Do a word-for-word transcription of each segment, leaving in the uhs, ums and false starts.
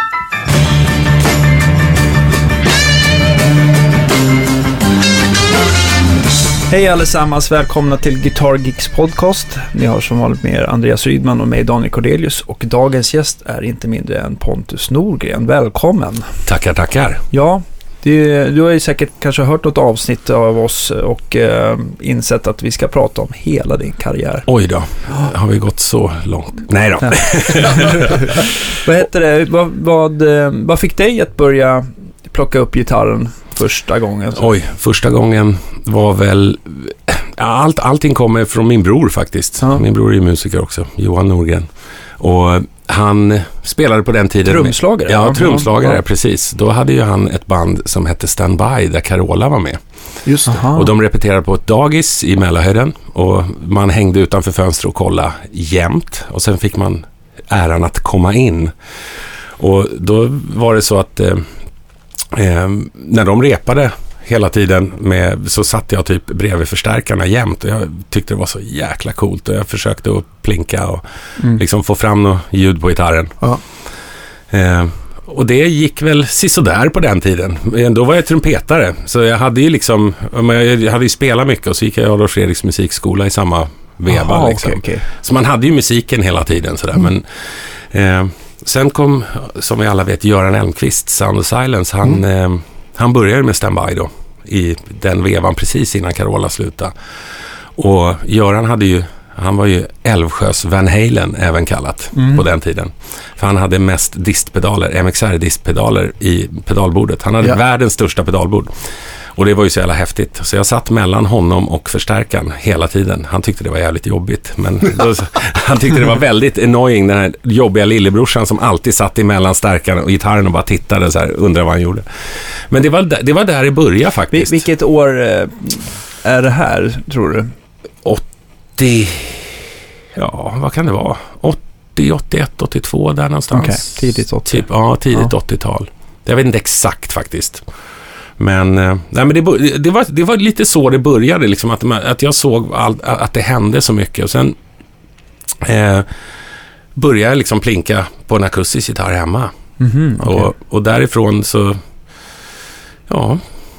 Hej allesammans, välkomna till Guitar Geeks podcast. Ni har som vanligt med er Andreas Rydman och mig Daniel Cordelius. Och dagens gäst är inte mindre än Pontus Norgren. Välkommen. Tackar, tackar. Ja, det, du har ju säkert kanske hört något avsnitt av oss och eh, insett att vi ska prata om hela din karriär. Oj då, har vi gått så långt? Nej då. Vad heter det? Vad, vad, vad fick dig att börja plocka upp gitarren första gången? Så? Oj, första gången var väl... Allt, allting kommer från min bror faktiskt. Ja. Min bror är musiker också, Johan Norgren. Och han spelade på den tiden... Trumslagare? Ja, trumslagare, ja. Precis. Då hade ju han ett band som hette Standby där Carola var med. Just det. Och de repeterade på ett dagis i Mälarhöjden. Och man hängde utanför fönster och kolla jämt. Och sen fick man äran att komma in. Och då var det så att... Eh, Eh, när de repade hela tiden med, så satt jag typ bredvid förstärkarna jämt och jag tyckte det var så jäkla coolt och jag försökte att plinka och mm. liksom få fram något ljud på gitarren. Ja. Eh, och det gick väl sisådär på den tiden. Men då var jag trumpetare så jag hade ju liksom, jag hade ju spelat mycket och så gick jag i Adolf Fredriks musikskola i samma veva. Aha, liksom. okay, okay. Så man hade ju musiken hela tiden sådär, mm. men eh, sen kom, som vi alla vet, Göran Elmqvist, Sound of Silence. Han, mm. eh, han började med Standby då, i den vevan precis innan Carola slutade. Och Göran hade ju, han var ju Älvsjös Van Halen även kallat mm. på den tiden. För han hade mest distpedaler, M X R-distpedaler i pedalbordet. Han hade ja. världens största pedalbord. Och det var ju så jävla häftigt. Så jag satt mellan honom och förstärkaren hela tiden. Han tyckte det var jävligt jobbigt. Men då, han tyckte det var väldigt annoying, den här jobbiga lillebrorsan som alltid satt emellan stärkaren och gitarren och bara tittade så här, undrade vad han gjorde. Men det var, det var där i början faktiskt. Vil- vilket år är det här, tror du? åttio... Ja, vad kan det vara? åttio, åttioett, åttiotvå där någonstans. Okay, tidigt åttio. Typ, ja, tidigt ja. åttiotal. Jag vet inte exakt faktiskt. Men, nej, men det, det, var, det var lite så det började liksom, att, att jag såg all, att det hände så mycket och sen eh, började jag liksom plinka på en akustisk gitarr hemma mm-hmm, okay. och, och därifrån så ja,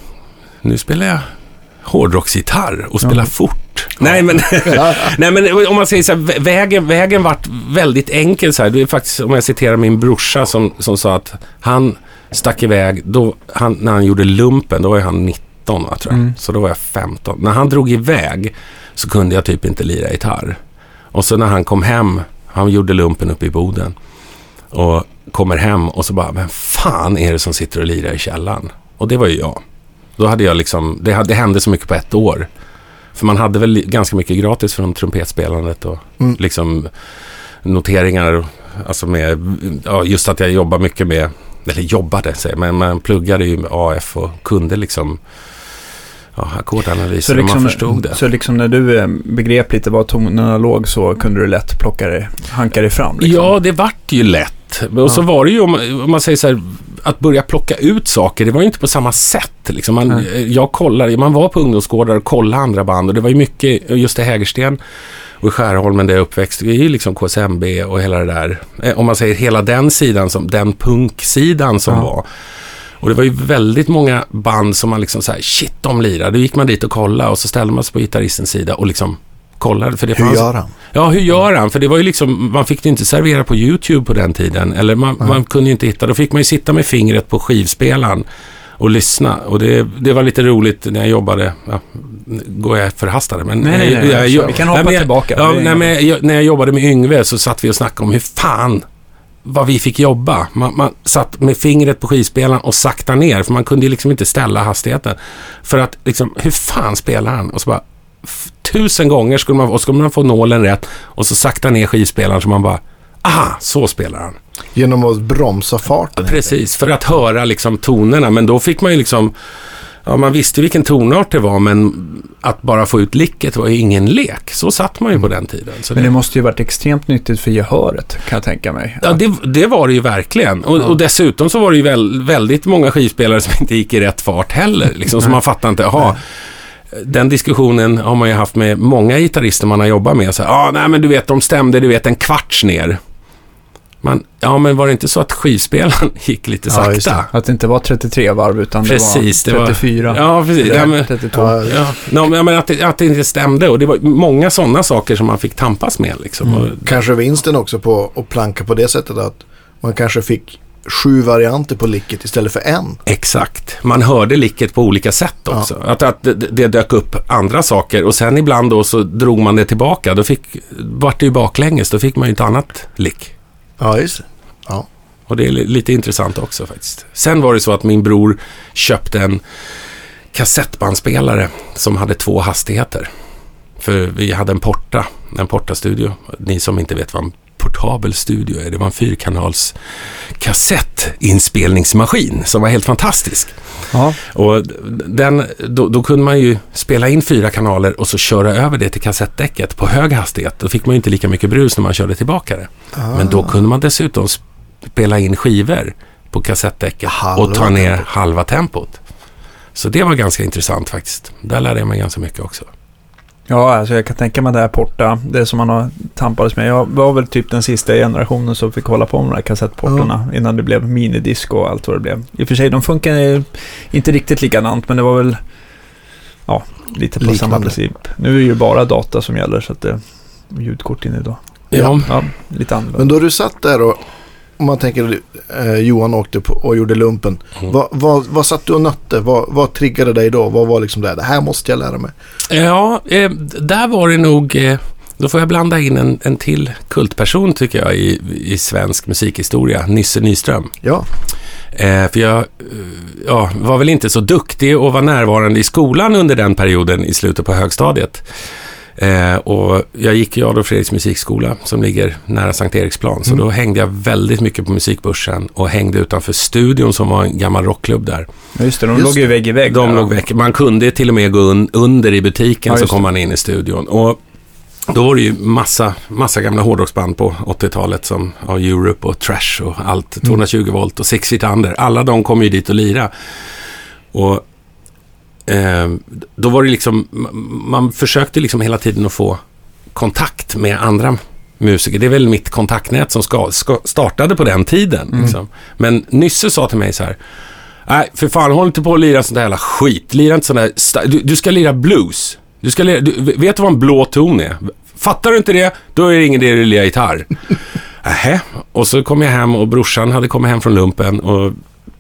nu spelar jag hårdrocksgitarr och spelar ja. fort. Ja. Nej, men, nej men om man säger så här, vägen, vägen vart väldigt enkel så här. Det är faktiskt, om jag citerar min brorsa som, som sa att han stack iväg, då, han, när han gjorde lumpen, då var han nitton, va, tror jag. Mm. Så då var jag femton. När han drog iväg så kunde jag typ inte lira gitarr. Och så när han kom hem, han gjorde lumpen uppe i Boden och kommer hem och så bara, men fan är det som sitter och lirar i källaren? Och det var ju jag. Då hade jag liksom, det, hade, det hände så mycket på ett år. För man hade väl ganska mycket gratis från trumpetspelandet och mm. liksom noteringar, alltså med, ja, just att jag jobbar mycket med, eller jobbade sig, men man pluggade ju med A F och kunde liksom ja, ackordanalyser, liksom, man förstod det. Så liksom när du begrep lite vad tonerna låg så kunde du lätt plocka det, hanka det fram? Liksom. Ja, det vart ju lätt. Och ja. så var det ju, om, om man säger så här, att börja plocka ut saker, det var ju inte på samma sätt. Liksom. Man, mm. jag kollade, man var på ungdomsgårdar och kollade andra band och det var ju mycket, just i Hägersten och i Skärholmen där jag uppväxt, det är ju liksom K S M B och hela det där. Om man säger hela den sidan, som, den punksidan som ja. var. Och det var ju väldigt många band som man liksom så här, shit, de lirar. Då gick man dit och kollade och så ställde man sig på gitarristens sida och liksom kollade. För det hur fanns, gör han? Ja, hur gör han? För det var ju liksom, man fick det inte servera på YouTube på den tiden. Eller man, mm. man kunde ju inte hitta. Då fick man ju sitta med fingret på skivspelaren och lyssna. Och det, det var lite roligt när jag jobbade. Ja, går jag förhastade. Men nej, nej, nej, jag, jag, vi kan hoppa nej, jag, tillbaka. Ja, nej, men jag, när jag jobbade med Yngve så satt vi och snackade om hur fan vad vi fick jobba. Man, man satt med fingret på skivspelaren och sakta ner. För man kunde ju liksom inte ställa hastigheten. För att liksom, hur fan spelar han? Och så bara f- tusen gånger skulle man, och skulle man få nålen rätt. Och så sakta ner skivspelaren så man bara, aha, så spelar han. Genom att bromsa farten. Ja, precis, för att höra liksom tonerna. Men då fick man ju liksom, ja, man visste vilken tonart det var, men att bara få ut licket var ju ingen lek. Så satt man ju på den tiden. Så men det, det måste ju varit extremt nyttigt för gehöret, kan jag tänka mig. Ja, det, det var det ju verkligen. Och, ja. och dessutom så var det ju väl, väldigt många skivspelare som inte gick i rätt fart heller. Liksom, så man fattar inte, jaha, den diskussionen har man ju haft med många gitarrister man har jobbat med. Så, ah, nej men du vet, de stämde, du vet, en kvarts ner. Man, ja, men var det inte så att skivspelaren gick lite Ja, sakta? just det. Att det inte var trettiotre varv utan Precis, det var trettiofyra. Det var, ja, precis. Ja, men, trettiotvå. Ja, ja, no, men att, det, att det inte stämde. Och det var många sådana saker som man fick tampas med. Liksom. Mm. Och, Kanske vinsten också på att planka på det sättet att man kanske fick sju varianter på licket istället för en. exakt. Man hörde licket på olika sätt också. Ja. Att, att det, det dök upp andra saker. Och sen ibland då så drog man det tillbaka. Då fick, vart det ju baklänges. Då fick man ju ett annat lick. Ja, just det. Ja. Och det är lite intressant också faktiskt. Sen var det så att min bror köpte en kassettbandspelare som hade två hastigheter. För vi hade en porta, en portastudio. Ni som inte vet vad en portabel studio är, det var en fyrkanals kassettinspelningsmaskin som var helt fantastisk. Ja. Och den, då, då kunde man ju spela in fyra kanaler och så köra över det till kassettdäcket på hög hastighet. Då fick man ju inte lika mycket brus när man körde tillbaka det. Ah. Men då kunde man dessutom spela in skivor på kassettdäcket Halva och ta ner tempot. halva tempot. Så det var ganska intressant faktiskt. Där lärde jag mig ganska mycket också. Ja, alltså jag kan tänka mig det här porta, det som man har tampades med. Jag var väl typ den sista generationen som fick hålla på med de här kassettportarna Ja. innan det blev minidisco och allt vad det blev. I och för sig, de funkar inte riktigt likadant, men det var väl ja, lite på Liknande. samma princip. Nu är det ju bara data som gäller, så att det är ljudkort in idag. Ja, Ja, lite annorlunda. Men då du satt där och om man tänker eh, Johan åkte på och gjorde lumpen. Mm. Vad, vad, vad satt du och nötte? Vad, vad triggade dig då? Vad var liksom det? Det här måste jag lära mig. Ja, eh, där var det nog... Eh, då får jag blanda in en, en till kultperson tycker jag i, i svensk musikhistoria. Nisse Nyström. Ja, Eh, för jag eh, ja, var väl inte så duktig och var närvarande i skolan under den perioden i slutet på högstadiet. Eh, och jag gick i Adolf Fredriks musikskola som ligger nära Sankt Eriksplan. Så Mm. då hängde jag väldigt mycket på musikbörsen och hängde utanför studion som var en gammal rockklubb där. Ja, just det, de Just låg ju vägg i vägg. De där. låg väck. Man kunde till och med gå un- under i butiken Ja, så just kom man in i studion. Och då var det ju massa, massa gamla hårdrocksband på åttiotalet som ja, Europe och Trash och allt. tvåhundratjugo volt och Six Feet Under. Alla de kom ju dit och lira. Och eh, då var det liksom, man försökte liksom hela tiden att få kontakt med andra musiker. Det är väl mitt kontaktnät som ska, ska, startade på den tiden. Mm. Liksom. Men Nysse sa till mig så här: nej, för fan, håll inte på att lira sånt där jävla skit. Lira inte sån där sta- du, du ska lira blues. Du ska lira, du, vet du vad en blå ton är? Fattar du inte det, då är det ingen idé att lira gitarr. Ähä. Och så kom jag hem och brorsan hade kommit hem från lumpen och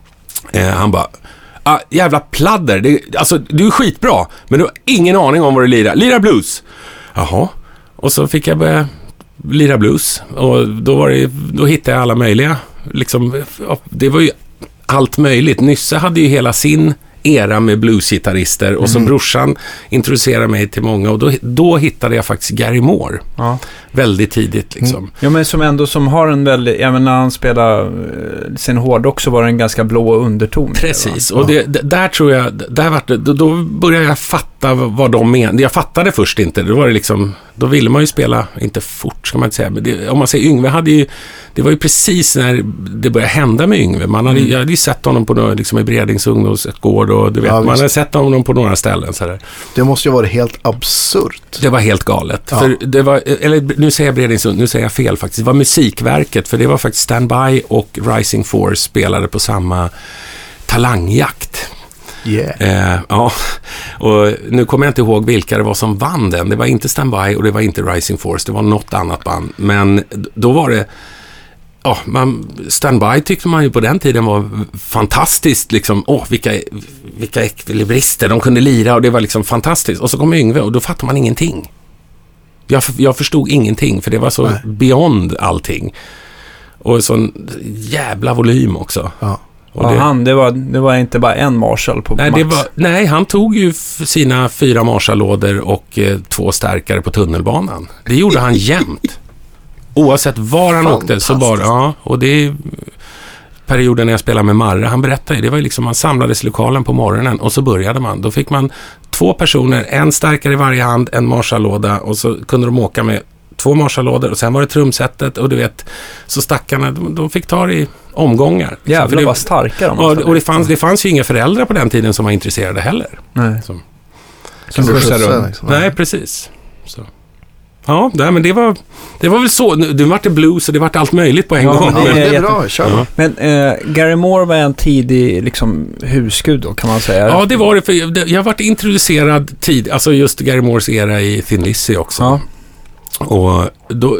eh, han bara: ah, jävla pladder. Det, alltså, du är skitbra, men du har ingen aning om vad du lirar. Lira blues. Jaha. Och så fick jag börja lira blues. Och då, var det, då hittade jag alla möjliga. Liksom, det var ju allt möjligt. Nysse hade ju hela sin era med bluesgitarrister. Och så Mm. brorsan introducerade mig till många. Och då, då hittade jag faktiskt Gary Moore. Ja. Väldigt tidigt liksom. Mm. Ja, men som ändå som har en väldigt, även när han spelar eh, sin hårdrock så var det en ganska blå underton. Precis, Va? och det, d- där tror jag, d- där var det, då, då började jag fatta v- vad de menade. Jag fattade först inte, då var det liksom, då ville man ju spela, inte fort ska man inte säga, men det, om man säger Yngve hade ju, det var ju precis när det började hända med Yngve. Man hade, Mm. Jag hade ju sett honom på några, liksom i Bredings ungdomsgård och du vet, Ja, man visst. hade sett honom på några ställen så där. det måste ju vara helt absurt. Det var helt galet. Ja. För det var, eller nu säger jag Bredings, nu säger jag fel faktiskt. Det var Musikverket, för det var faktiskt Standby och Rising Force spelade på samma talangjakt. Yeah. Eh, ja, och nu kommer jag inte ihåg vilka det var som vann den. Det var inte Standby och det var inte Rising Force. Det var något annat band. Men då var det, ja, man, Standby tyckte man ju på den tiden var fantastiskt. Liksom, åh, vilka, vilka ekvilibrister de kunde lira och det var liksom fantastiskt. Och så kom Yngve och då fattade man ingenting. Jag, jag förstod ingenting för det var så Nej. beyond allting. Och sån jävla volym också. Ja. Och Ja, det, han, det var, det var inte bara en Marshall på nej, Max. det var, nej, han tog ju f- sina fyra Marshall-lådor och eh, två stärkare på tunnelbanan. Det gjorde han jämt. Oavsett var han åkte så bara, ja, och det är perioden när jag spelade med Marre, han berättade ju, det var ju liksom, man samlades i lokalen på morgonen och så började man. Då fick man två personer, en stärkare i varje hand, en Marshall-låda och så kunde de åka med två Marshall-lådor och sen var det trumsetet och du vet, så stackarna, de, de fick ta det i omgångar. Liksom. För Jävlar det, vad starka de ja, var. och det fanns, det fanns ju inga föräldrar på den tiden som var intresserade heller. Nej. Som, Som Kan du skjutsar skjutsa, runt. liksom? nej, precis. Så. Ja, nej, men det var, det var väl så. Det var det blues och det var allt möjligt på en Ja, gång. Ja, men det är jätte- bra. Kör. Ja. Ja. Men eh, Gary Moore var en tidig liksom, husgud då, kan man säga. Ja, det var det. För jag, jag har varit introducerad tid, alltså just Gary Moores era i Thin Lizzy också. Ja. Och då,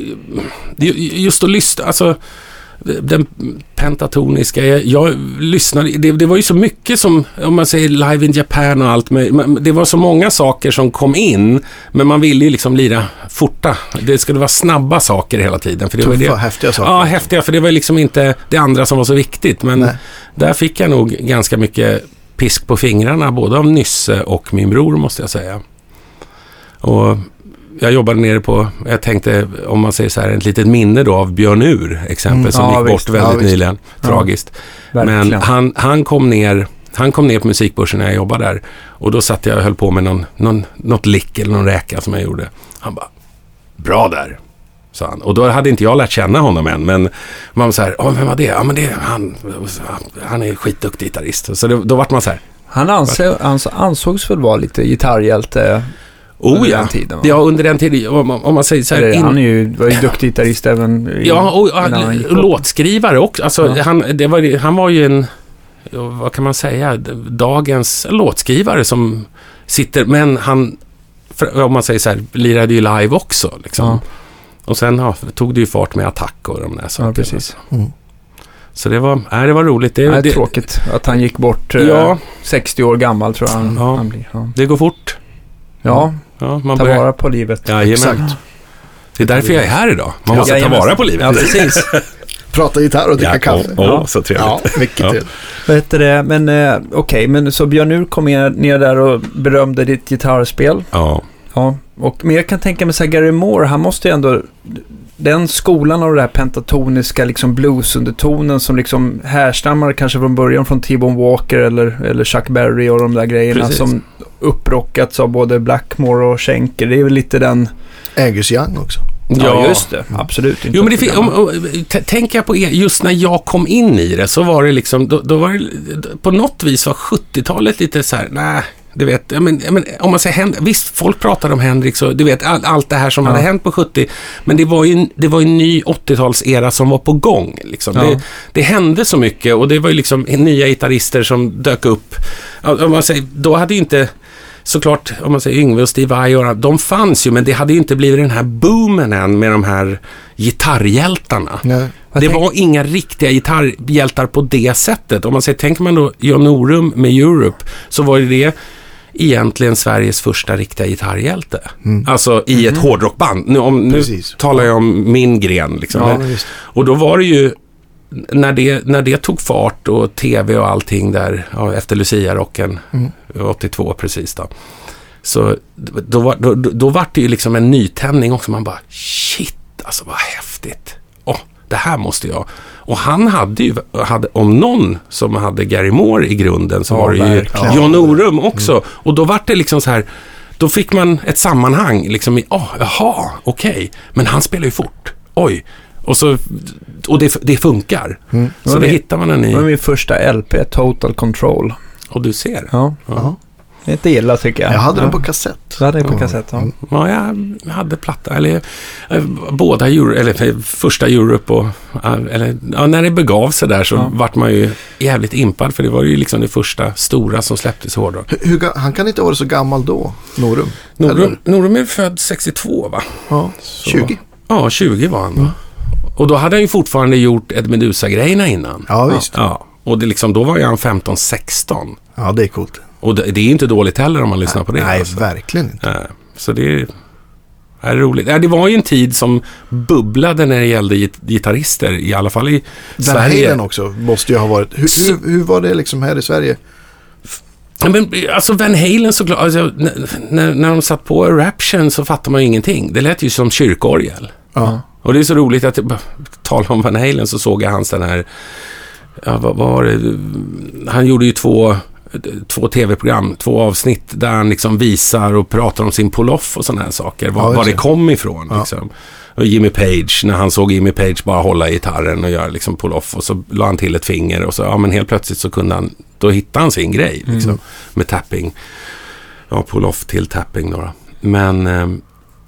just att lyssna, alltså den pentatoniska, jag, jag lyssnade, det, det var ju så mycket som, om man säger Live in Japan och allt, men det var så många saker som kom in, men man ville ju liksom lira forta. Det skulle vara snabba saker hela tiden. För det Tuffa, var det, häftiga saker. ja, häftiga, för det var liksom inte det andra som var så viktigt, men Nej. där fick jag nog ganska mycket pisk på fingrarna, både av Nysse och min bror, måste jag säga. Och jag jobbade nere på, jag tänkte, om man säger så här, ett litet minne då av Björn Ur, exempel, Mm, som ja, gick visst. bort väldigt Ja, visst. nyligen. Tragiskt. Verkligen. Men han, han kom ner han kom ner på musikbörsen när jag jobbade där. Och då satt jag och höll på med någon, någon, något lick eller någon räka som jag gjorde. Han bara, bra där, sa han. Och då hade inte jag lärt känna honom än. Men man var så här, oh, vem var det? Ja, men det är han. Han är skitduktig gitarrist. Så det, då var man så här. Han anse, ans, ansågs väl vara lite gitarrhjälte Oh under ja. den tiden, va? Ja, under den tiden, om, om man säger så här. Eller, in- han är ju, var ju duktig gitarrist även i, Ja, och, innan han gick och, bort. låtskrivare också. Alltså, Ja. han, det var, han var ju en, ja, vad kan man säga, dagens låtskrivare som sitter, men han, för, om man säger så här, lirade ju live också. Liksom. Ja. Och sen ja, tog det ju fart med Attack och de där sakerna. Ja, precis. Mm. Så det var, nej, det var roligt. Det, Det är det, tråkigt att han gick bort eh, Ja. sextio år gammal, tror jag han, Ja. han blir. Ja, det går fort. ja Ja, man ta börjar, vara på livet. jajamän. Exakt. Det är därför jag är här idag. Man måste Jajamän. ta vara på livet. Ja, precis. Prata gitarr och dricka Ja, kaffe. åh, åh, så trevligt. Ja, mycket Ja. trevligt. Vad heter det? Men eh, okej, men så Björn Ur kom ner, ner där och berömde ditt gitarrspel. Ja. Ja, och, men jag kan tänka mig så här, Gary Moore, han måste ju ändå, den skolan av det här pentatoniska liksom bluesundertonen som liksom härstammar kanske från början från T-Bone Walker eller, eller Chuck Berry och de där grejerna. Precis. Som upprockats av både Blackmore och Schenker. Det är väl lite den... Angus Young också. Ja, just det. Absolut. Inte Jo, men det att fin- förglömma. om, om, t- tänker jag på er, just när jag kom in i det så var det liksom, då, då var det, på något vis var sjuttiotalet lite så här, nej, du vet, ja, men, ja, men, om man säger, Hen- visst, folk pratar om Hendrix och du vet, all, allt det här som Ja. hade hänt på sjuttio, men det var ju en, det var en ny åttiotalsera som var på gång, liksom. Ja. Det, det hände så mycket och det var ju liksom nya gitarrister som dök upp. Ja, om man säger, då hade ju inte såklart, om man säger Yngve och Steve Vai, och de fanns ju, men det hade ju inte blivit den här boomen än med de här gitarrhjältarna. Nej. Vad Det tänk- var inga riktiga gitarrhjältar på det sättet. Om man säger, tänker man då Jan Norum med Europe, så var det egentligen Sveriges första riktiga gitarrhjälte. Mm. Alltså i ett hårdrockband. Nu, om, nu Precis. talar jag om min gren. Liksom. Ja, visst. Och då var det ju, när det, när det tog fart och tv och allting där, ja, efter Lucia-rocken, Mm. åttiotvå precis då. Så då var, då, då, då var det ju liksom en nytändning också. Man bara, shit, alltså vad häftigt. Åh, det här måste jag. Och han hade ju, hade, om någon som hade Gary Moore i grunden, så Ja, var det ju verkligen. Jan Norum också. Mm. Och då var det liksom så här, då fick man ett sammanhang liksom i, åh, jaha, okej. Okay. Men han spelar ju fort. Oj. Och, så, och det, det funkar. Mm. Så det hittar man den Det var i. min första L P, Total Control. Och du ser. Ja, Ja. det är inte illa tycker jag. Jag hade ja. den på kassett. Du hade den på kassett, ja. Mm. Ja, jag hade platta, eller eh, båda Euro, eller eh, första Europe och, eh, eller ja, när det begav sig där så Ja. vart man ju jävligt impad, för det var ju liksom det första stora som släpptes hårdrock. Hur, hur, ga- han kan inte ha varit så gammal då, Norum. Norum, Eller? Norum är född sextiotvå, va? Ja, Så- tjugo. Ja, tjugo var han, va? Och då hade han ju fortfarande gjort Ed Meduza-grejerna innan. Ja, visst. Ja, och det liksom, då var ju han femton sexton. Ja, det är coolt. Och det, det är inte dåligt heller om man lyssnar på det. Nej, alltså. verkligen inte. Nej, så det är, är roligt. Ja, det var ju en tid som bubblade när det gällde git- gitarrister, i alla fall i Van Sverige. Halen också måste ju ha varit. Hur, Så- hur, hur var det liksom här i Sverige? Ja, men, alltså Van Halen såklart, alltså, när, när, när de satt på Eruption så fattar man ju ingenting. Det lät ju som kyrkorgel. Ja. Och det är så roligt att, tala om Van Halen, så såg jag hans den här, ja, vad, vad var det? Han gjorde ju två två tv-program, två avsnitt där han liksom visar och pratar om sin pull-off och sådana här saker. Var, Ja, var just det det. kom ifrån. Ja. Liksom. Och Jimmy Page, när han såg Jimmy Page bara hålla i gitarren och göra liksom pull-off, och så la han till ett finger och så, ja, men helt plötsligt så kunde han, då hittade han sin grej liksom, med tapping. Ja, pull-off till tapping då. Men eh,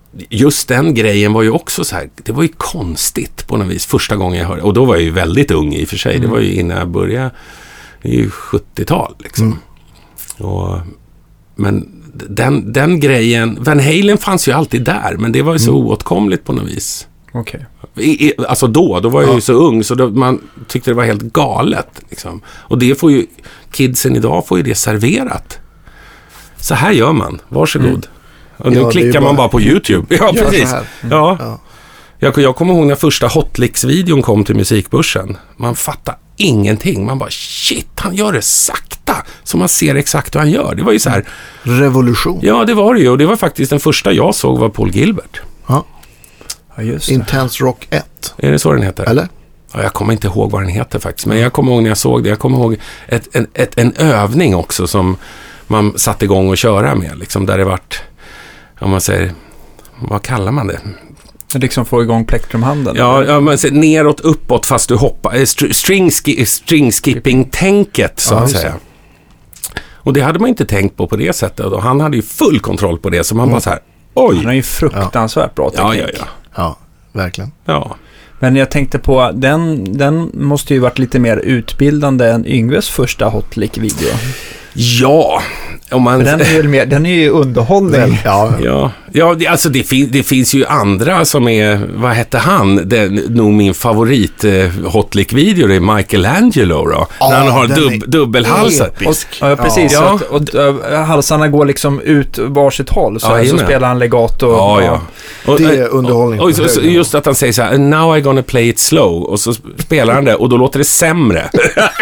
just den grejen var ju också så här, det var ju konstigt på något vis första gången jag hörde, och då var jag ju väldigt ung i och för sig, mm. det var ju innan jag började i sjuttiotal liksom. Mm. Och, men den, den grejen, Van Halen fanns ju alltid där, men det var ju så mm. oåtkomligt på något vis. Okej. Okay. Alltså då, då var jag ja. ju så ung så då, man tyckte det var helt galet liksom. Och det får ju kidsen idag får ju det serverat. Så här gör man, varsågod. Mm. Och nu ja, klickar bara... man bara på YouTube. Ja, precis. Mm. Ja. Ja. Jag, jag kommer ihåg när första Hotlix-videon kom till musikbörsen. Man fattar ingenting. Man bara, shit, han gör det sakta. Så man ser exakt hur han gör. Det var ju så här... Revolution. Ja, det var det ju. Och det var faktiskt den första jag såg var Paul Gilbert. Ja. Ja, just det. Intense Rock ett. Är det så den heter? Eller? Ja, jag kommer inte ihåg vad den heter faktiskt. Men jag kommer ihåg när jag såg det. Jag kommer ihåg ett, en, ett, en övning också som man satte igång och köra med. Liksom, där det vart, om man säger, vad kallar man det? Liksom få igång plektrumhanden? Ja, ja man säger neråt, uppåt fast du hoppar. String, string skipping-tänket så ja, att säga. Och det hade man inte tänkt på på det sättet. Och han hade ju full kontroll på det. Så man mm. bara så här, oj. Han är ju fruktansvärt bra teknik. Ja, ja, ja. Ja, verkligen. Ja. Men jag tänkte på, den, den måste ju varit lite mer utbildande än Yngves första Hotlick-video. Ja, om man... den, är ju mer, den är ju underhållning. Ja, ja. ja det, alltså det, fin, det finns ju andra som är, vad hette han? Det är nog min favorit eh, Hotlick-video, det är Michelangelo då. Ja, när han har dub, dubbelhalsar. Ja, precis. Ja. Att, och, och, halsarna går liksom ut varsitt håll. Så, ja, så spelar han legato. Och, ja, ja. Och, det är underhållning. Och, och, och, just att han säger så här, now I'm gonna play it slow. Och så spelar han det och då låter det sämre.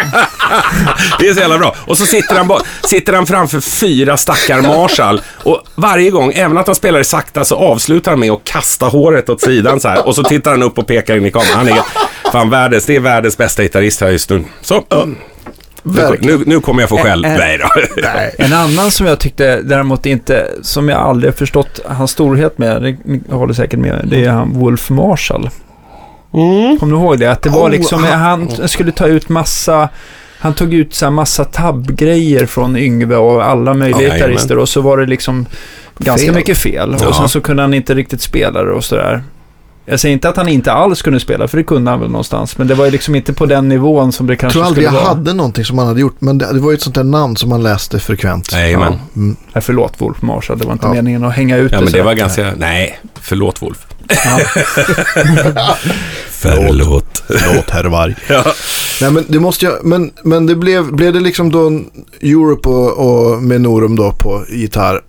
Det är så jävla bra. Och så sitter han, bara, sitter han framför fyra stackar Marshall. Och varje gång, även att han spelar det sakta, så avslutar han med att kasta håret åt sidan så här. Och så tittar han upp och pekar in i kameran. Han är fan världens, det är världens bästa gitarrist här just nu. Så, mm. nu, nu, nu kommer jag få skäll. En, Nej då. Nej. En annan som jag tyckte däremot inte, som jag aldrig förstått hans storhet med, det jag håller säkert med, det är han Wolf Marshall. Mm. Kommer du ihåg det? Att det var oh, liksom, han skulle ta ut massa... Han tog ut så här massa tabbgrejer från Yngve och alla möjliga gitarrister, och så var det liksom ganska fel. mycket fel. Ja. Och sen så kunde han inte riktigt spela det och sådär. Jag säger inte att han inte alls kunde spela, för det kunde han väl någonstans. Men det var ju liksom inte på den nivån som det kanske skulle vara. Jag tror aldrig jag hade någonting som han hade gjort, men det, det var ju ett sånt där namn som man läste frekvent. Nej, men. Ja. Mm. Nej, förlåt Wolf Marshall, det var inte ja. meningen att hänga ut ja, det. Men det så. var ganska, nej, förlåt Wolf. Ja. Förlåt. Förlåt, herr Varg. Ja. Nej, men det måste jag, men, men det blev, blev det liksom då Europe och, och Menorum då på gitarr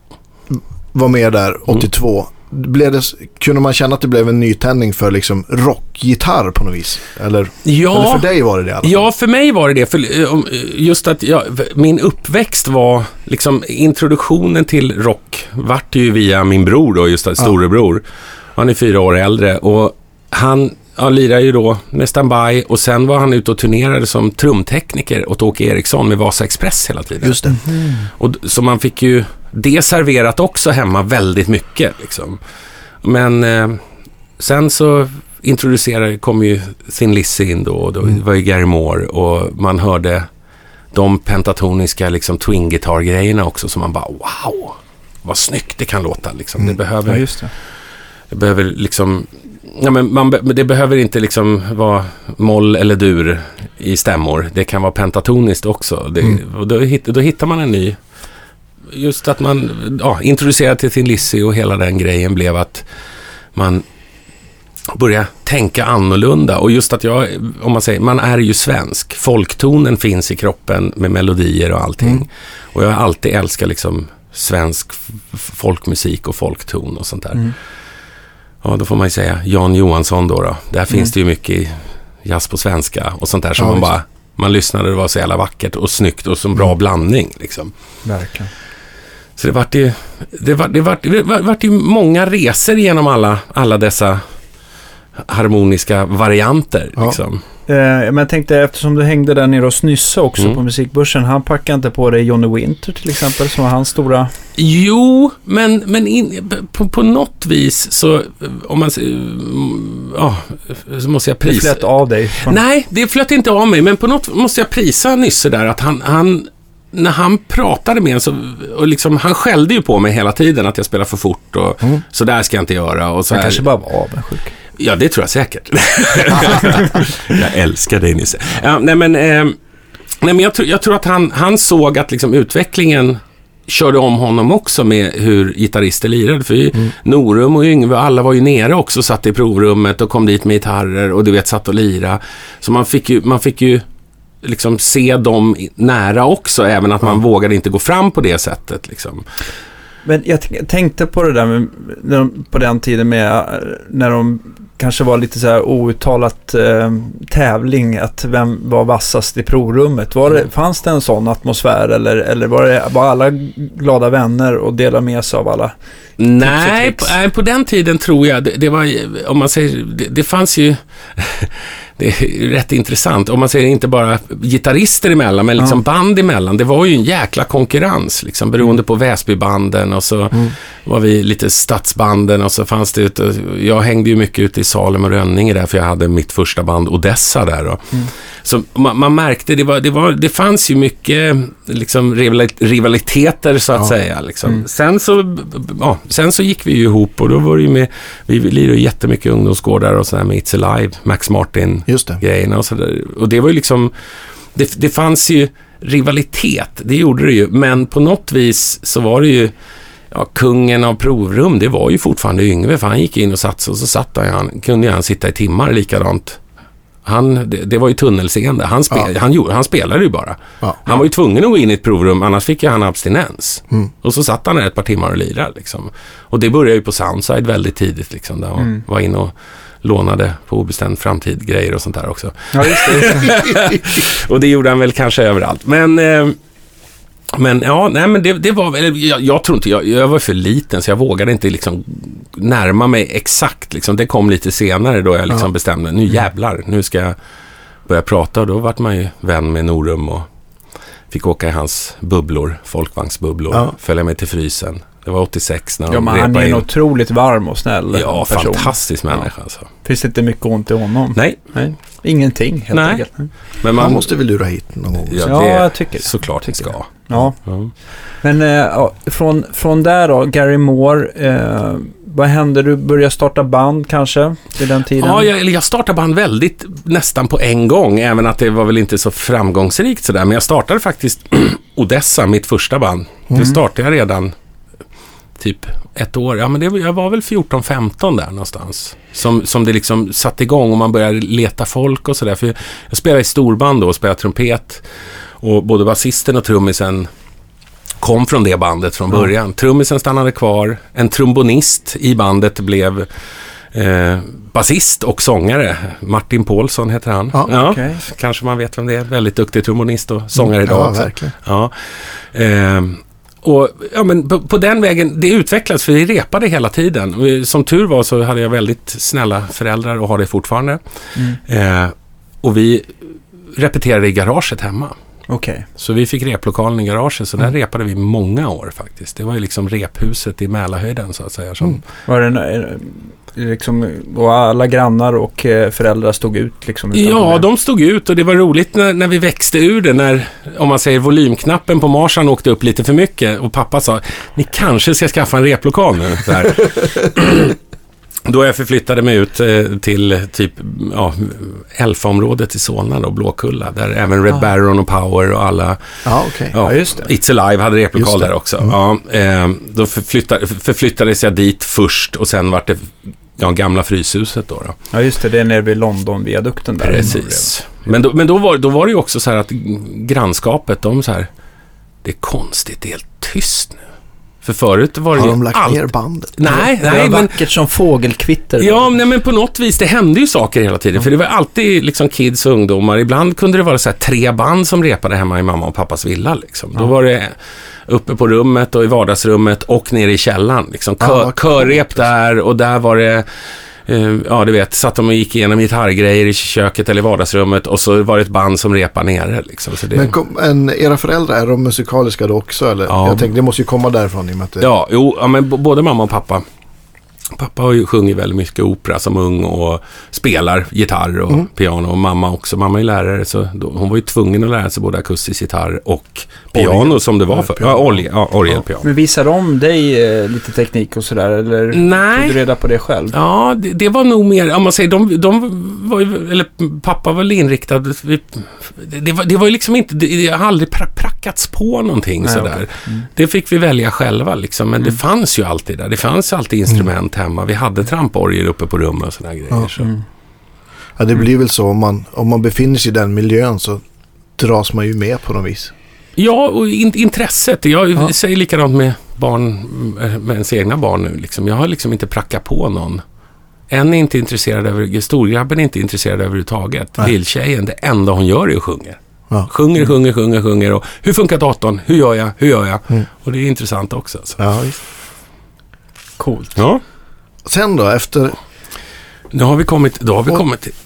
var med där åttiotvå. Mm. Blev det, kunde man känna att det blev en nytändning för liksom rockgitarr på något vis? Eller, ja, eller för dig var det det i alla fall? Ja, för mig var det det. För just att jag, min uppväxt var liksom introduktionen till rock vart ju via min bror då, just att storebror. Han är fyra år äldre och han ja, lirar ju då nästan by, och sen var han ute och turnerade som trumtekniker åt Åke Eriksson med Vasa Express hela tiden. Just det. Mm. Och så man fick ju det serverat också hemma väldigt mycket liksom. Men eh, sen så introducerade, kom ju Thin Lizzy in då, och då mm. var ju Gary Moore, och man hörde de pentatoniska liksom twin-gitarr-grejerna också, som man bara, wow, vad snyggt det kan låta liksom. Mm. Det behöver ja, just det. Det behöver liksom, ja, men man, det behöver inte liksom vara moll eller dur i stämmor. Det kan vara pentatoniskt också. Det, mm. Och då, då hittar man en ny, just att man ja, introducerar till Thin Lizzy, och hela den grejen blev att man börjar tänka annorlunda. Och just att jag, om man säger, man är ju svensk. Folktonen finns i kroppen med melodier och allting. Mm. Och jag har alltid älskat liksom svensk folkmusik och folkton och sånt där. Mm. Ja, då får man ju säga Jan Johansson då. då. Där mm. finns det ju mycket jazz på svenska och sånt där som ja, man bara, man lyssnade och det var så jävla vackert och snyggt och så bra mm. blandning liksom. Verkligen. Så det vart ju det vart det vart det vart ju många resor genom alla alla dessa harmoniska varianter ja. liksom. Eh, men jag tänkte, eftersom du hängde där nere och snyssa också mm. på musikbörsen, han packade inte på dig Johnny Winter till exempel, som var hans stora... Jo, men, men in, på, på något vis så, om man ja, så måste jag prisa... Det flöt av dig? Från... Nej, det flöt inte av mig, men på något måste jag prisa Nysse där, att han, han när han pratade med en så, och liksom, han skällde ju på mig hela tiden att jag spelar för fort och mm. så där ska jag inte göra. Och så han här. Kanske bara var avundsjuk. Ja, det tror jag säkert. Jag älskar dig, Nisse. Ja, nej, men, eh, nej, men jag, tr- jag tror att han, han såg att liksom, utvecklingen körde om honom också med hur gitarrister lirade. För mm. Norum och Yngve, alla var ju nere också, satt i provrummet och kom dit med gitarrer och du vet, satt och lira. Så man fick ju, man fick ju liksom se dem nära också, även att man mm. vågade inte gå fram på det sättet liksom. Men jag t- tänkte på det där med, när de, på den tiden med när de kanske var lite så här outtalat eh, tävling, att vem var vassast i provrummet. Var det, fanns det en sån atmosfär eller, eller var det var alla glada vänner och delade med sig av alla? Nej, på, nej, på den tiden tror jag det, det var, om man säger, det, det fanns ju det är rätt intressant. Om man säger inte bara gitarrister emellan, men liksom ja. band emellan. Det var ju en jäkla konkurrens, liksom, beroende mm. på Väsbybanden och så mm. var vi lite stadsbanden och så fanns det ute, jag hängde ju mycket ute i Salem och Rönninge där, för jag hade mitt första band Odessa där då. Mm. Så man, man märkte, det, var, det, var, det fanns ju mycket liksom, rivaliteter så att ja. säga. Liksom. Mm. Sen, så, ja, sen så gick vi ju ihop och då var det ju med, vi lirade ju jättemycket ungdomsgårdar och sådär med It's Alive, Max Martin grejerna och sådär. Och det var ju liksom, det, det fanns ju rivalitet, det gjorde det ju, men på något vis så var det ju, ja, kungen av provrum, det var ju fortfarande Yngve, för han gick in och satt och så satt han, kunde han sitta i timmar likadant. Han, det, det var ju tunnelseende. Han, spel, ja. han, gjorde, han spelade ju bara. Ja. Han var ju tvungen att gå in i ett provrum, annars fick ju han abstinens. Mm. Och så satt han där ett par timmar och lirade. Liksom. Och det började ju på Soundside väldigt tidigt. Liksom, där han mm. var inne och lånade på obestämd framtid grejer och sånt där också. Ja, just det, just det. Och det gjorde han väl kanske överallt. Men... Eh, Men ja, nej men det, det var väl, jag, jag tror inte, jag, jag var för liten så jag vågade inte liksom närma mig exakt liksom, det kom lite senare då jag liksom ja. bestämde, nu jävlar, nu ska jag börja prata, och då vart man ju vän med Norum och fick åka i hans bubblor, folkvagnsbubblor, ja. följa med till Frysen. Det var åttiosex när ja, men han är en otroligt varm och snäll ja, person. Fantastisk människa ja. alltså. Finns det inte mycket ont i honom? Nej. Nej. Ingenting helt Nej. enkelt. Men man, man måste väl lura hit någon gång. Ja, ja det jag tycker såklart det. ska. Ja. ja. Men äh, ja, från, från där då, Gary Moore, äh, vad hände? Du började starta band kanske vid den tiden? Ja, jag, jag startade band väldigt nästan på en gång, även att det var väl inte så framgångsrikt sådär. Men jag startade faktiskt Odessa, mitt första band. Mm. Det startade jag redan typ ett år. Ja, men det, jag var väl fjorton femton där någonstans. Som, som det liksom satt igång och man började leta folk och sådär. För jag, jag spelade i storband då och spelade trumpet. Och både basisten och trummisen kom från det bandet från början. Mm. Trummisen stannade kvar. En trombonist i bandet blev eh, basist och sångare. Martin Paulsson heter han. Ja, ja, okay. Kanske man vet vem det är. Väldigt duktig trombonist och sångare idag ja, också. Verkligen. Ja, eh, och ja, men på, på den vägen, det utvecklades för vi repade hela tiden. Och som tur var så hade jag väldigt snälla föräldrar och har det fortfarande. Mm. Eh, och vi repeterade i garaget hemma. Okay. Så vi fick replokalen i garaget, så där mm. repade vi många år faktiskt. Det var ju liksom rephuset i Mälarhöjden så att säga. Som... Mm. Var det liksom, och alla grannar och föräldrar stod ut liksom? Ja, de stod ut och det var roligt när, när vi växte ur det, när, om man säger volymknappen på Marsan åkte upp lite för mycket och pappa sa, ni kanske ska skaffa en replokal nu. Där. Då jag förflyttade mig ut eh, till typ ja, Elfa-området i Solna då, Blåkulla, där även Red ah. Baron och Power och alla ah, okay. ja, ja, just det. It's Alive hade replokal där också. Mm. Ja, eh, då förflyttade, förflyttades jag dit först och sen var det ja, gamla Fryshuset då, då. Ja, just det, det är nere vid London-viadukten där. Precis. Men, då, men då, var, då var det ju också så här att grannskapet, de så här, det är konstigt, det är helt tyst nu. För förut var det har ju de lagt allt... ner bandet? Nej, nej, det var men... vackert som fågelkvitter. Ja, nej, men på något vis, det hände ju saker hela tiden. Mm. För det var alltid liksom kids och ungdomar. Ibland kunde det vara så här tre band som repade hemma i mamma och pappas villa. Liksom. Mm. Då var det uppe på rummet och i vardagsrummet och nere i källaren. Liksom. Kör, ah, körrep där och där var det... Uh, ja, du vet, satt de och gick igenom gitarrgrejer i köket eller i vardagsrummet och så var det ett band som repar nere. Liksom, så det... Men kom, en, era föräldrar, är de musikaliska då också? Eller? Ja. Jag tänkte, det måste ju komma därifrån i och med att det... Ja, jo, ja, men b- både mamma och pappa Pappa har ju sjungit väldigt mycket opera som ung och spelar gitarr och mm. piano, och mamma också. Mamma är lärare, så då, hon var ju tvungen att lära sig både akustisk gitarr och piano orgel. Som det var för. Ja, orgel, ja, orgelpiano. Men visar de dig eh, lite teknik och sådär, eller Nej. tog du reda på det själv? Ja, det, det var nog mer, om man säger, de, de var ju, eller pappa var väl inriktad, det, det, var, det var ju liksom inte, det, det har aldrig pra, prackats på någonting. Nej, sådär. Okay. Mm. Det fick vi välja själva liksom, men mm. det fanns ju alltid där, det fanns alltid instrument mm. hemma. Vi hade tramporgel uppe på rummet och sådana grejer. Ja. Så. Mm. Ja, det blir väl så om man, om man befinner sig i den miljön, så dras man ju med på något vis. Ja, och in, intresset. Jag ja. säger likadant med barn, med ens egna barn nu. Liksom. Jag har liksom inte prackat på någon. En är inte intresserad över, storgrabben är inte intresserad överhuvudtaget. Lilltjejen, det enda hon gör är att sjunga. Ja. Sjunger, sjunger, sjunger, sjunger. Och hur funkar datorn? Hur gör jag? Hur gör jag? Mm. Och det är intressant också. Så. Ja, visst. Coolt. Ja. Sen då, efter... Nu har vi kommit, då har vi kommit till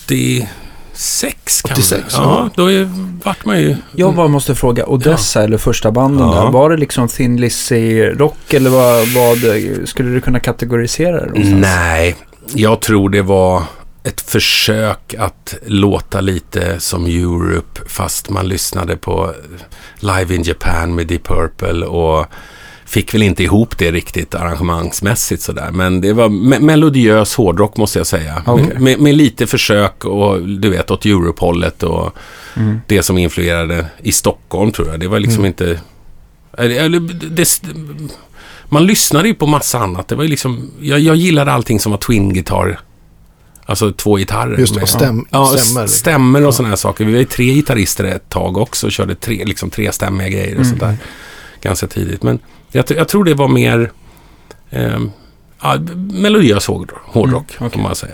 åttiosex, åttiosex ja. ja, då är, vart man ju... Jag bara måste fråga, Odessa ja. eller första banden ja. där, var det liksom Thin Lizzy rock, eller vad, vad skulle du kunna kategorisera det någonstans? Nej, jag tror det var ett försök att låta lite som Europe, fast man lyssnade på Live in Japan med Deep Purple och fick väl inte ihop det riktigt arrangemangsmässigt sådär. Men det var me- melodiös hårdrock, måste jag säga. Okay. Med, med lite försök och du vet, åt Europe-hållet och mm. det som influerade i Stockholm, tror jag. Det var liksom mm. inte... Eller, det, man lyssnade ju på massa annat. Det var ju liksom... Jag, jag gillade allting som var twin-gitarr. Alltså två gitarrer. Just det, och stäm, ja, stämmer. Stämmer och ja. såna här saker. Vi var ju tre gitarrister ett tag också och körde tre, liksom tre stämmiga grejer och mm. sånt där. Ganska tidigt. Men jag, jag tror det var mer eh, ja, melodiös hårdrock, hårdrock mm, okay. kan man säga.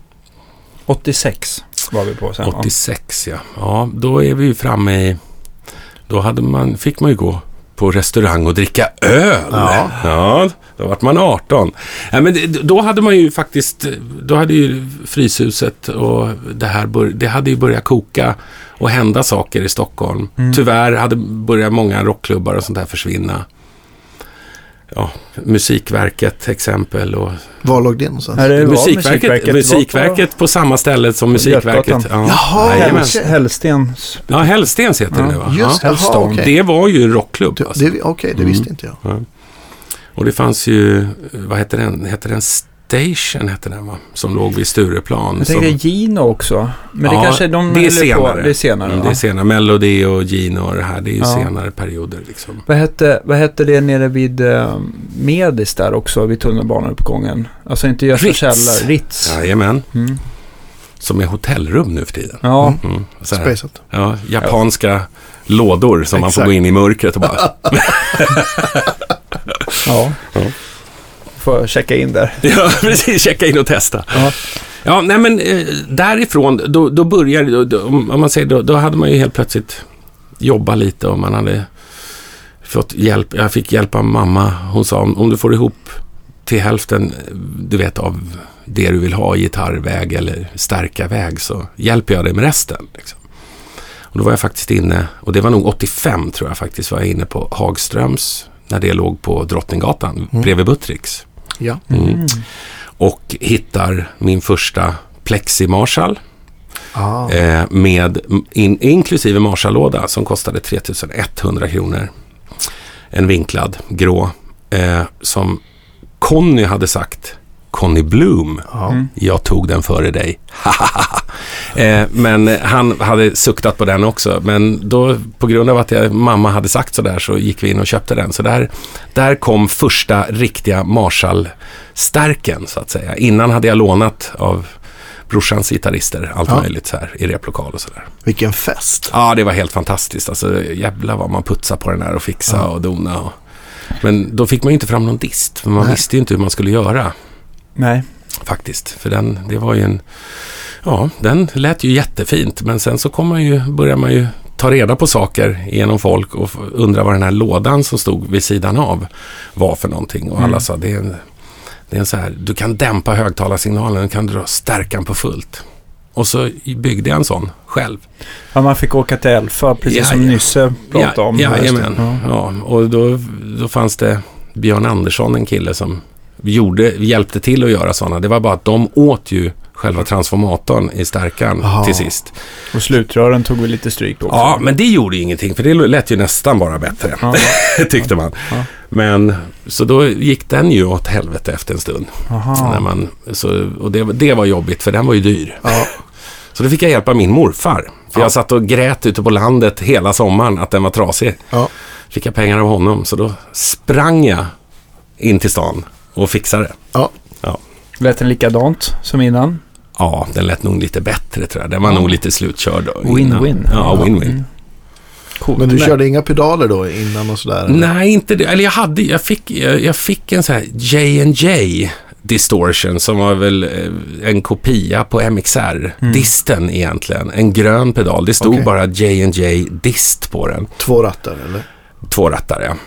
åttiosex var vi på sen. åttiosex, ja. Ja, då är vi ju framme i... Då hade man, fick man ju gå på restaurang och dricka öl. Ja. Ja, då var man arton. Ja, men det, då hade man ju faktiskt... Då hade ju Fryshuset och det här... Bör, det hade ju börjat koka och hända saker i Stockholm. Mm. Tyvärr hade börjat många rockklubbar och sånt där försvinna. Ja, Musikverket exempel och... Var låg det någonstans? Det musikverket, musikverket, musikverket på, på samma ställe som Musikverket. Ja. Jaha, Häls, Hällstens. Ja, Hällstens heter ja. det va? Just ja. aha, okay. Det var ju en rockklubb. Alltså. Okej, okay, det visste mm. inte jag. Ja. Och det fanns ju, vad heter den? Heter den Station heter den va? Som låg vid Stureplan. Jag tänker som... Gino också. Men ja, det kanske de det är senare. På, det är senare. Mm, det är senare. Melody och Gino och det här, det är ju ja. senare perioder liksom. Vad hette, vad hette det nere vid uh, Medis där också, vid tunnelbaneuppgången? Alltså inte Gösta Källare, Ritz. Jajamän. Mm. Som är hotellrum nu för tiden. Ja. Mm. Spacet. Ja, japanska ja. lådor som Exakt. man får gå in i mörkret och bara... ja. ja. Får checka in där. Ja, precis. Checka in och testa. Ja, ja nej men eh, därifrån, då, då började, då, då, om man säger, då, då hade man ju helt plötsligt jobba lite och man hade fått hjälp. Jag fick hjälpa mamma. Hon sa, om, om du får ihop till hälften, du vet, av det du vill ha, gitarrväg eller stärka väg, så hjälper jag dig med resten. Liksom. Och då var jag faktiskt inne, och det var nog åttiofem tror jag faktiskt, var jag inne på Hagströms, när det låg på Drottninggatan, mm. bredvid Buttricks. Ja. Mm. Mm. Och hittar min första Plexi Marshall ah. eh, med in, inklusive Marshall-låda som kostade tre tusen etthundra kronor. En vinklad, grå, eh, som Conny hade sagt, Conny Bloom, mm. jag tog den före dig. eh, men han hade suktat på den också. Men då, på grund av att jag, mamma hade sagt så där, så gick vi in och köpte den. Så där, där kom första riktiga Marshall-stärken, så att säga. Innan hade jag lånat av brorsans gitarrister, allt ja. möjligt så här, i replokal och sådär. Vilken fest! Ja, det var helt fantastiskt. Alltså, jävlar vad man putsade på den där och fixa ja. och dona. Och... Men då fick man ju inte fram någon dist, för man Nej. visste ju inte hur man skulle göra. Nej. Faktiskt, för den, det var ju en... Ja, den lät ju jättefint, men sen så kom man ju, börjar man ju ta reda på saker genom folk och undra vad den här lådan som stod vid sidan av var för någonting. Och alla mm. sa, det är en, det är en så här, du kan dämpa högtalarsignalen, du kan dra stärkan på fullt. Och så byggde jag en sån själv. Ja, man fick åka till Elfa, precis ja, som ja. Nysse pratade ja, om. Ja, ja, ja, och då, då fanns det Björn Andersson, en kille som gjorde, hjälpte till att göra sådana. Det var bara att de åt ju själva transformatorn i stärkan Aha. till sist. Och slutrören tog vi lite stryk också. Ja, men det gjorde ju ingenting, för det lät ju nästan bara bättre, Ja. tyckte man. Ja. Men så då gick den ju åt helvete efter en stund. Aha. När man, så, och det, det var jobbigt, för den var ju dyr. Ja. Så då fick jag hjälpa min morfar. För Ja. jag satt och grät ute på landet hela sommaren att den var trasig. Ja. Fick jag pengar av honom, så då sprang jag in till stan och fixade det. Ja. Ja. Lät den likadant som innan? Ja, den lät nog lite bättre, tror jag. Den var Ja. nog lite slutkörd. Win-win. Ja, win-win. Mm. Coolt. Men du Nej. körde inga pedaler då innan och sådär? eller? Nej, inte det. Eller jag hade, jag fick, jag, jag fick en sån här J and J distortion som var väl eh, en kopia på M X R-disten egentligen. En grön pedal. Det stod Okej. bara J and J dist på den. Två rattar eller? Två rattar, ja.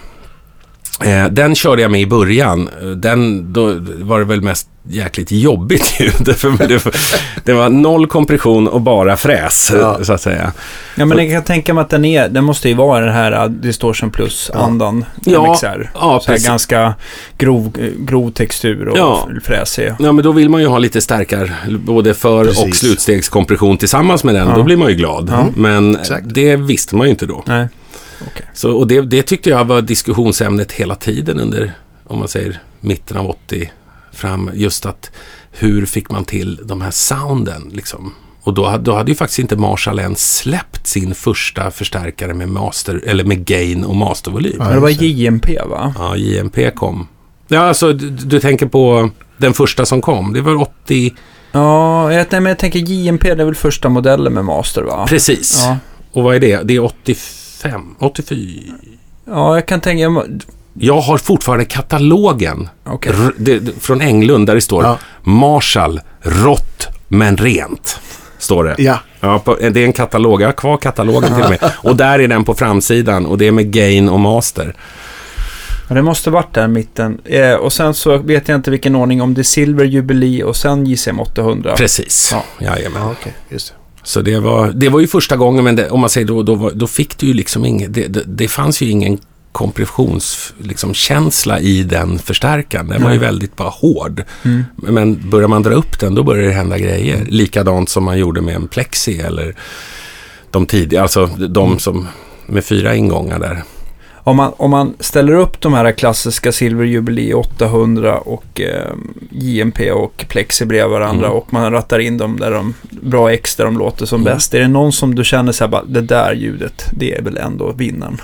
Eh, den körde jag med i början. Den, då var det väl mest jäkligt jobbigt ljud. För det, det var noll kompression och bara fräs, Ja. så att säga. Ja, men jag kan tänka mig att den är, den måste ju vara den här uh, Distortion Plus-andan. Ja. M X R. Ja, Så här precis. ganska grov, grov textur och Ja. fräsig. Ja, men då vill man ju ha lite starkare både för- Precis. och slutstegskompression tillsammans med den. Ja. Då blir man ju glad. Ja. Men Exakt. det visste man ju inte då. Nej. Okej. Så, och det, det tyckte jag var diskussionsämnet hela tiden under, om man säger, mitten av åttio fram. Just att hur fick man till de här sounden liksom. Och då, då hade ju faktiskt inte Marshall ens släppt sin första förstärkare med master, eller med gain och mastervolym. Ja. Men det var J M P, va? Ja, J M P kom. Ja, alltså du, du tänker på den första som kom. Det var åttio... Ja, jag, nej, men jag tänker J M P, det är väl första modellen med master, va? Precis. Ja. Och vad är det? Det är åttiofem, åttiofyra. Ja, jag kan tänka... Jag, Jag har fortfarande katalogen okej. r- det, det, från Englund där det står Ja. Marshall, rått men rent. Står det. Ja. Ja, på, det är en katalog. Jag har kvar katalogen till och med. Och där är den på framsidan. Och det är med gain och master. Ja, det måste varit där i mitten. Eh, och sen så vet jag inte vilken ordning, om det är Silver, Jubilee och sen J C M åttahundra. Precis. Ja. Jajamän. Ja, okej. Just det. Så det var, det var ju första gången, men det, om man säger då, då, var, då fick du ju liksom ingen, det, det, det fanns ju ingen kompressionskänsla liksom, känsla i den förstärkaren. Den var ju Nej. väldigt bara hård. Mm. Men börjar man dra upp den, då börjar det hända grejer. Likadant som man gjorde med en plexi eller de tidiga, alltså de Mm. som med fyra ingångar där. Om man, om man ställer upp de här klassiska Silver, Jubilee åttahundra och eh, J M P och Plexi bredvid varandra Mm. och man rattar in dem där de bra X där de låter som Mm. bäst. Är det någon som du känner så här, bara, det där ljudet, det är väl ändå vinnaren?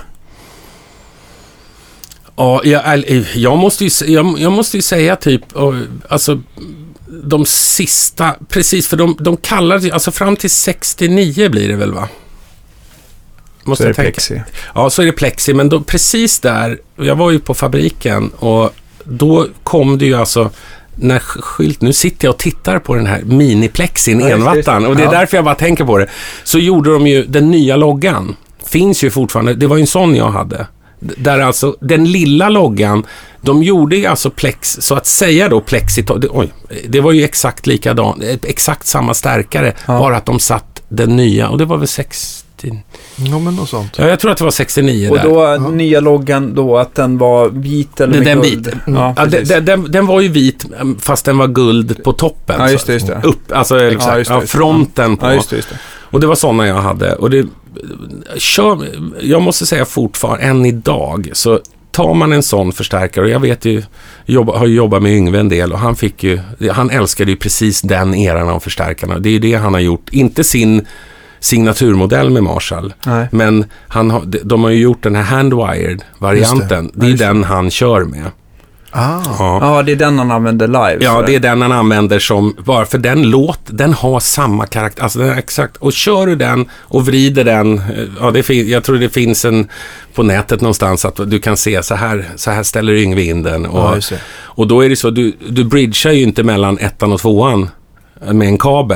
Ja, jag, jag, måste ju, jag, jag måste ju säga typ, alltså de sista, precis, för de, de kallar, alltså fram till sextionio blir det väl, va? Måste Så är jag det tänka. Plexi. Ja, så är det plexi, men då, precis där, jag var ju på fabriken och då kom det ju alltså, när skylt, nu sitter jag och tittar på den här mini-plexin, Ja, just det, envattan, och det är ja. därför jag bara tänker på det. Så gjorde de ju, den nya loggan finns ju fortfarande, det var ju en sån jag hade. Där alltså, den lilla loggan, de gjorde ju alltså plex, så att säga då plexi, det, oj, det var ju exakt likadant, exakt samma stärkare, Ja. bara att de satt den nya, och det var väl sextio. Ja, men något sånt. Ja, jag tror att det var sextionio Och där. då, Ja. nya loggan då, att den var vit eller Den- med den guld? vit. Ja, Ja, precis. den, den, den var ju vit, fast den var guld på toppen. Ja, just så- det, just det. Upp, alltså Ja, exakt, just det, ja, just det. fronten på. Ja, just det, just det. Och det var sådana jag hade. Och det, kör, jag måste säga fortfarande, än idag, så tar man en sån förstärkare, och jag vet ju, jobba, har ju jobbat med Yngve en del, och han fick ju, han älskade ju precis den eran av förstärkarna. Det är ju det han har gjort, inte sin signaturmodell med Marshall, Nej. men han har, de har ju gjort den här handwired-varianten. Just Det. det är Just det. den han kör med. Ah. Ja. Ja, det är den han använder live. Ja, så. det är den han använder som, bara för den låt, den har samma karaktär, alltså den är exakt, och kör du den och vrider den, ja, det fin- jag tror det finns en på nätet någonstans att du kan se så här, så här ställer Yngve in den, och, Ja, just det. och då är det så, du, du bridgar ju inte mellan ettan och tvåan med en kabel.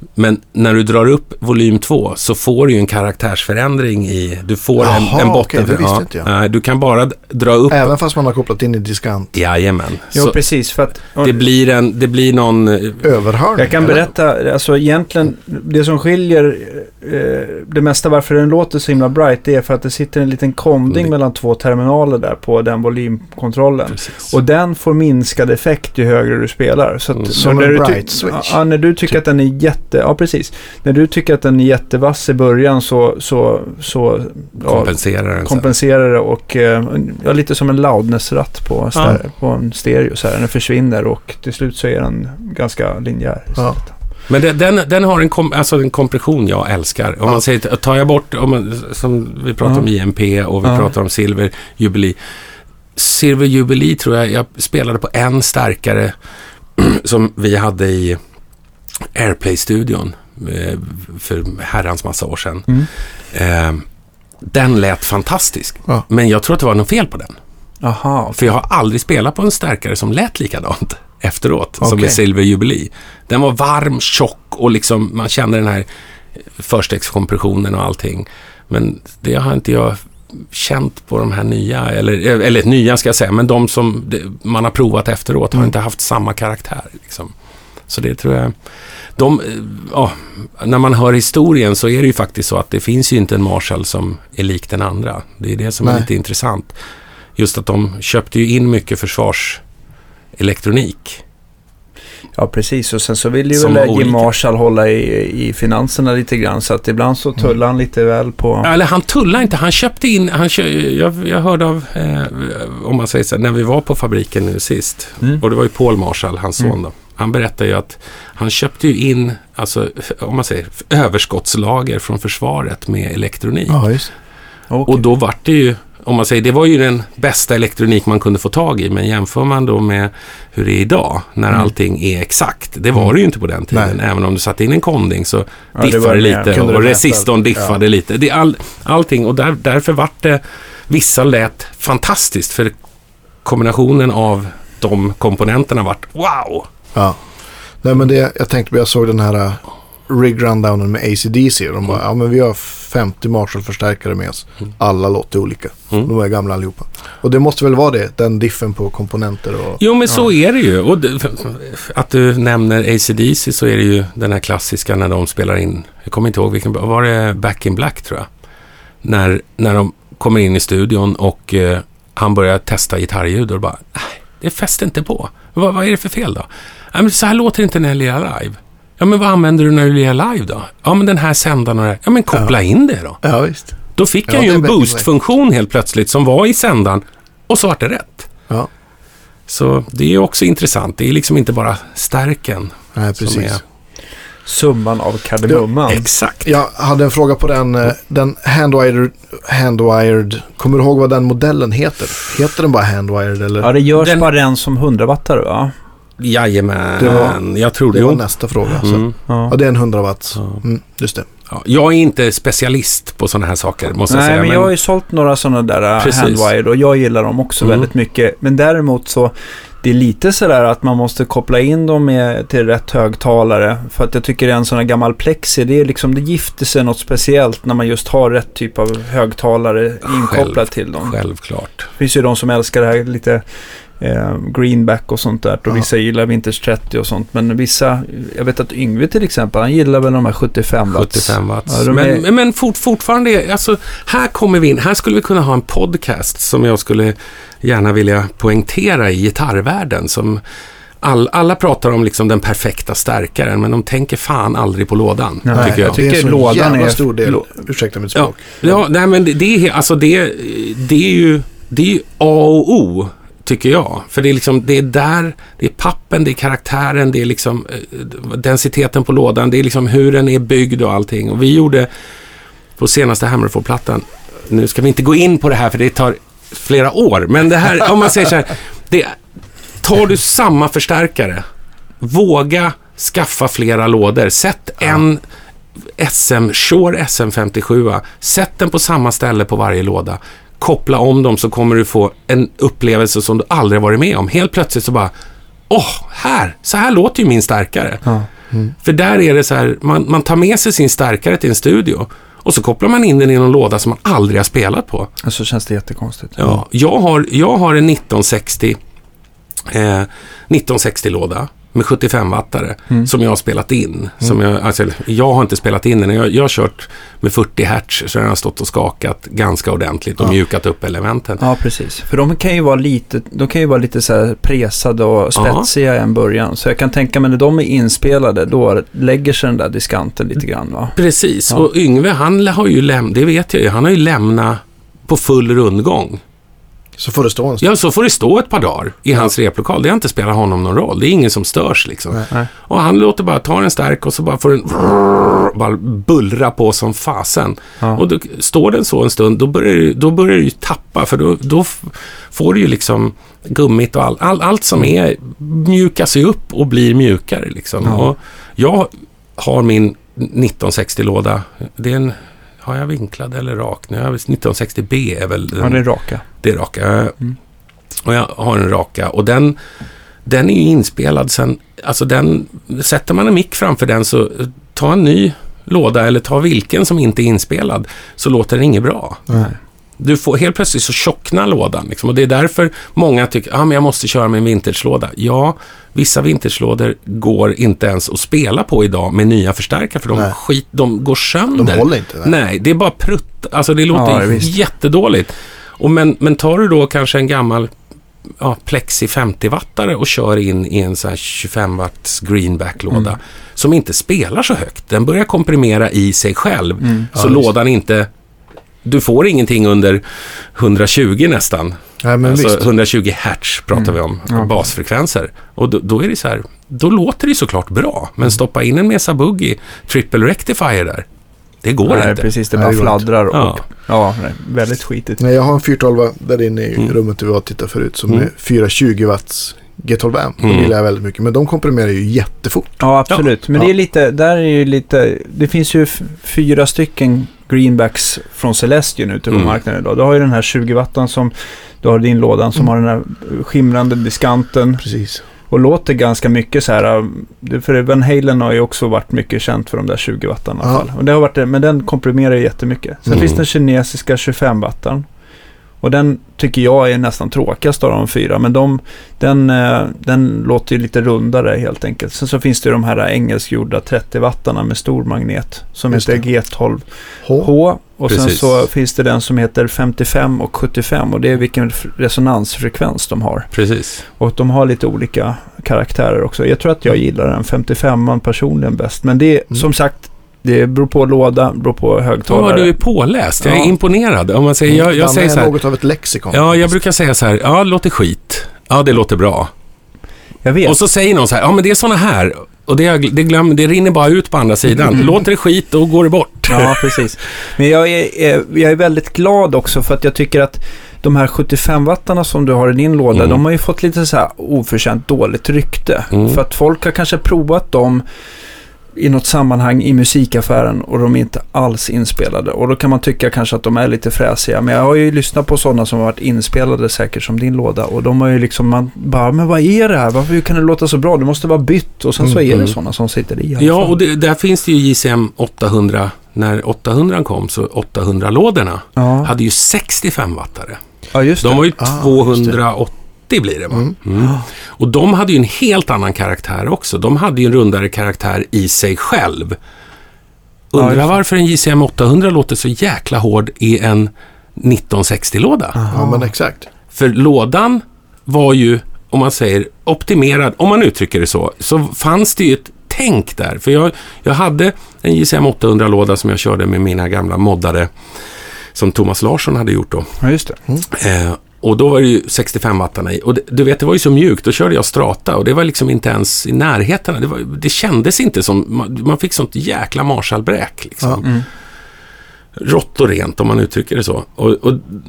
Men när du drar upp volym två så får du ju en karaktärsförändring i... Du får Jaha, en, en botten... okej, det visste inte jag. Nej, du kan bara dra upp... Även fast man har kopplat in i diskant. Jajamän. Jo, Så precis. För att, det blir en... Det blir någon... Överhörning. jag kan berätta, alltså egentligen, det som skiljer eh, det mesta varför den låter så himla bright, det är för att det sitter en liten konding Mm. mellan två terminaler där på den volymkontrollen. Precis. Och den får minskad effekt ju högre du spelar. Så att Mm. Som när en du ty- bright switch. Ja, när du tycker att den är jätte... Ja, precis. När du tycker att den är jättevass i början så, så, så ja, kompenserar den sen. kompenserar det och eh, ja, lite som en loudness-ratt på, ster- på en stereo så här. Den försvinner och till slut så är den ganska linjär. Ja. Men det, den, den har en, kom, alltså en kompression jag älskar. Om man säger, tar jag bort, om man, som vi pratar Ja. om I M P och vi Ja. pratar om Silver Jubilee. Silver Jubilee tror jag, jag spelade på en starkare som vi hade i Airplay-studion eh, för herrans massa år sedan. Mm. Eh, den lät fantastisk. Ja. Men jag tror att det var något fel på den. Aha. För jag har aldrig spelat på en stärkare som lät likadant efteråt som Okej. med Silver Jubilee. Den var varm, tjock och liksom man kände den här förstegskompressionen och allting. Men det har inte jag känt på de här nya, eller, eller nya ska jag säga, men de som det, man har provat efteråt har Mm. inte haft samma karaktär. Liksom. Så det tror jag... De, ja, när man hör historien så är det ju faktiskt så att det finns ju inte en Marshall som är lik den andra. Det är det som Nej. är lite intressant. Just att de köpte ju in mycket försvarselektronik. Ja, precis. Och sen så vill ju Som väl var Jim olika. Marshall hålla i, i finanserna lite grann. Så att ibland så tullar han lite väl på... Ja, eller han tullade inte, han köpte in, han kö, jag, jag hörde av, eh, om man säger så här, när vi var på fabriken nu sist, Mm. och det var ju Paul Marshall, hans son Mm. då, han berättade ju att han köpte ju in, alltså, om man säger, överskottslager från försvaret med elektronik. Ja, just. Okej. Och då var det ju, om man säger, det var ju den bästa elektronik man kunde få tag i, men jämför man då med hur det är idag, när Mm. allting är exakt, det var det ju inte på den tiden. Nej. Även om du satte in en konding så Ja, det diffade var det mer- lite kunde och det resistorn mäta. diffade Ja. lite. Det är all, allting, och där, därför var det, vissa lät fantastiskt, för kombinationen av de komponenterna vart wow! Ja. Nej, men det, jag tänkte på, jag såg den här uh, Rig Rundownen med A C D C. De bara, ja men vi har femtio Marshall-förstärkare med oss. Mm. Alla låter olika. Mm. De är gamla allihopa. Och det måste väl vara det, den diffen på komponenter och... Jo, men så är det ju. Och det, att du nämner A C D C, så är det ju den här klassiska när de spelar in, jag kommer inte ihåg vilken, var det Back in Black tror jag? När, när de kommer in i studion och eh, han börjar testa gitarrljud och bara, nej, det fäster inte på. Vad, vad är det för fel då? Ja, men så här låter det inte när jag lirar live. Ja, men vad använder du när du lirar live då? Ja, men den här sändaren och det. Ja, men koppla in det då. Ja, visst. Då fick Ja, jag ju det är en Back in boost-funktion helt plötsligt som var i sändaren och så var det rätt. Ja, Så det är ju också intressant. Det är liksom inte bara stärken. nej, som precis. är- Summan av kardemumman. Exakt. Jag hade en fråga på den, eh, den handwired, handwired, kommer du ihåg vad den modellen heter? Heter den bara handwired eller? Ja, det görs Den- bara en som hundrawattare, va? Jajamän. Det var- jag tror det. Det var Jo. nästa fråga. Så. Mm. Ja. Ja, det är en hundra watt. Ja. Mm, just det. Ja, jag är inte specialist på sådana här saker, måste jag Nej, säga. men jag har ju sålt några sådana där Precis. handwired och jag gillar dem också Mm. väldigt mycket. Men däremot så, det är lite sådär att man måste koppla in dem med, till rätt högtalare. För att jag tycker det är en sån här gammal plexi, det är liksom, det gifter sig något speciellt när man just har rätt typ av högtalare inkopplad Själv- till dem. Självklart. Det finns ju de som älskar det här lite eh, greenback och sånt där. Och Ja. vissa gillar Vintage trettio och sånt. Men vissa, jag vet att Yngve till exempel, han gillar väl de här sjuttiofem watts. sjuttiofem watt. Ja, de men är- men fort, fortfarande, alltså, här kommer vi in. Här skulle vi kunna ha en podcast som jag skulle gärna vilja poängtera i gitarrvärlden. Som all, alla pratar om liksom den perfekta stärkaren, men de tänker fan aldrig på lådan. Nej, tycker jag. jag tycker det är en så lådan jävla är- stor del. lå- Ursäkta mitt Ja, språk. ja nej, men det, det är alltså det, det är ju det är ju A och O, tycker jag. För det är liksom, det är där, det är pappen, det är karaktären, det är liksom eh, densiteten på lådan, det är liksom hur den är byggd och allting. Och vi gjorde på senaste Hammerfall-plattan, nu ska vi inte gå in på det här för det tar flera år, men det här, om man säger så här, det, tar du samma förstärkare, våga skaffa flera lådor, sätt en S M, Shure S M femtiosju, sätt den på samma ställe på varje låda, koppla om dem, så kommer du få en upplevelse som du aldrig varit med om. Helt plötsligt så bara, åh, här, så här låter ju min stärkare. Ja. Mm. För där är det så här, man, man tar med sig sin stärkare till en studio och så kopplar man in den i någon låda som man aldrig har spelat på. Och så känns det jättekonstigt. Ja, jag har, jag har en nittonhundrasextio eh, nittonhundrasextio-låda med sjuttiofem-wattare mm. som jag har spelat in. Mm. Som jag, alltså, jag har inte spelat in den. Jag, jag har kört med fyrtio hertz så den har stått och skakat ganska ordentligt och ja. mjukat upp elementen. Ja, precis. För de kan ju vara lite, de kan ju vara lite så här presade och spetsiga i en början. Så jag kan tänka mig när de är inspelade, då lägger sig den där diskanten lite grann, va? Precis. Ja. Och Yngve, han har ju lämnat, det vet jag ju, han har ju lämnat på full rundgång. Så får det stå en stund. Ja, så får det stå ett par dagar i ja. hans replokal. Det har inte spelat honom någon roll. Det är ingen som störs liksom. Nej. Och han låter bara ta en stark och så bara får den bara bullra på som fasen. Ja. Och då står den så en stund, då börjar, då börjar det ju tappa. För då, då får du ju liksom gummit och all, all, allt som är mjukas sig upp och blir mjukare liksom. Ja. Och jag har min nittonhundrasextio-låda. Det är en... Har jag vinklad eller rak? Nu har jag nittonhundrasextio B är väl... Den, ja, det är raka. Det är raka. Mm. Och jag har en raka. Och den, den är ju inspelad sen... Alltså den... Sätter man en mick framför den så ta en ny låda eller ta vilken som inte är inspelad så låter den inget bra. Nej. Du får helt plötsligt så tjockna lådan. Liksom, och det är därför många tycker att ah, jag måste köra med en vintagelåda. Ja, vissa vintagelådor går inte ens att spela på idag med nya förstärkare för de, skit, de går sönder. De håller inte. Nej, nej det är bara prutt. Alltså det låter ja, jättedåligt. Och men, men tar du då kanske en gammal ja, Plexi femtio-wattare och kör in i en så här tjugofem watts greenback-låda mm. som inte spelar så högt. Den börjar komprimera i sig själv. Mm. Så ja, lådan inte... Du får ingenting under hundratjugo nästan. Ja, men alltså visst. hundratjugo hertz pratar mm. vi om, ja. basfrekvenser. Och då, då är det så här, då låter det såklart bra. Men stoppa in en Mesa Boogie triple rectifier där, det går nej, inte. Precis, det bara nej, fladdrar och ja, ja nej, väldigt skitigt. Nej, jag har en fyrahundratolv där inne i mm. rummet vi var och tittade förut som mm. är fyrahundratjugo watts G tolv M. De gillar jag väldigt mycket. Men de komprimerar ju jättefort. Ja, absolut. Ja. Men det är lite, där är ju lite, det finns ju f- fyra stycken greenbacks från Celestion ute på mm. marknaden idag. Du har ju den här tjugo-wattan som, du har din lådan som mm. har den här skimrande diskanten. Precis. Och låter ganska mycket så här, för Van Halen har ju också varit mycket känt för de där tjugo-wattarna i alla fall. Och det har varit, men den komprimerar ju jättemycket. Sen mm. finns den kinesiska tjugofem-wattan. Och den tycker jag är nästan tråkigast av de fyra. Men de, den, den låter ju lite rundare helt enkelt. Sen så finns det ju de här engelskgjorda trettio-wattarna med stor magnet. Som just heter det. G tolv H. H. Och precis. Sen så finns det den som heter femtiofem och sjuttiofem. Och det är vilken resonansfrekvens de har. Precis. Och de har lite olika karaktärer också. Jag tror att jag gillar den femtiofem personligen bäst. Men det är mm. som sagt... Det beror på låda, beror på högtalare. Ja, du är påläst. Jag är ja. imponerad. Om man säger, jag, jag säger så här, något av ett lexikon. Ja, jag brukar säga så här, ja, det låter skit. Ja, det låter bra. Jag vet. Och så säger någon så här, ja, men det är såna här. Och det, det, glöm, det rinner bara ut på andra sidan. Mm. Låter det skit, då går det bort. Ja, precis. Men jag är, jag är väldigt glad också för att jag tycker att de här sjuttiofem-wattarna som du har i din låda, mm. de har ju fått lite så här oförtjänt dåligt rykte. Mm. För att folk har kanske provat dem i något sammanhang i musikaffären och de är inte alls inspelade. Och då kan man tycka kanske att de är lite fräsiga. Men jag har ju lyssnat på sådana som har varit inspelade säkert som din låda. Och de har ju liksom, man bara, men vad är det här? Varför kan det låta så bra? Det måste vara bytt. Och sen så är det sådana som sitter i. Ja, och det, där finns det ju J C M åttahundra. När åttahundra kom så åttahundra-lådorna ja. hade ju sextiofem-wattare. Ja, just det. De var ju ah, tvåhundraåttio blir det va? Mm. Mm. Och de hade ju en helt annan karaktär också. De hade ju en rundare karaktär i sig själv. Undrar ja, varför en J C M åttahundra låter så jäkla hård i en nittonhundrasextio-låda. Ja, men exakt. För lådan var ju, om man säger optimerad, om man uttrycker det så, så fanns det ju ett tänk där. För jag, jag hade en J C M åttahundra-låda som jag körde med mina gamla moddare som Thomas Larsson hade gjort då. Ja, just det. Mm. Eh, Och då var det ju sextiofem-wattarna i. Och det, du vet, det var ju så mjukt. Då körde jag strata. Och det var liksom inte ens i närheten. Det, var, det kändes inte som... Man, man fick sånt jäkla Marshallbräk. Liksom. Ja. Mm. Rått och rent, om man uttrycker det så. Och, och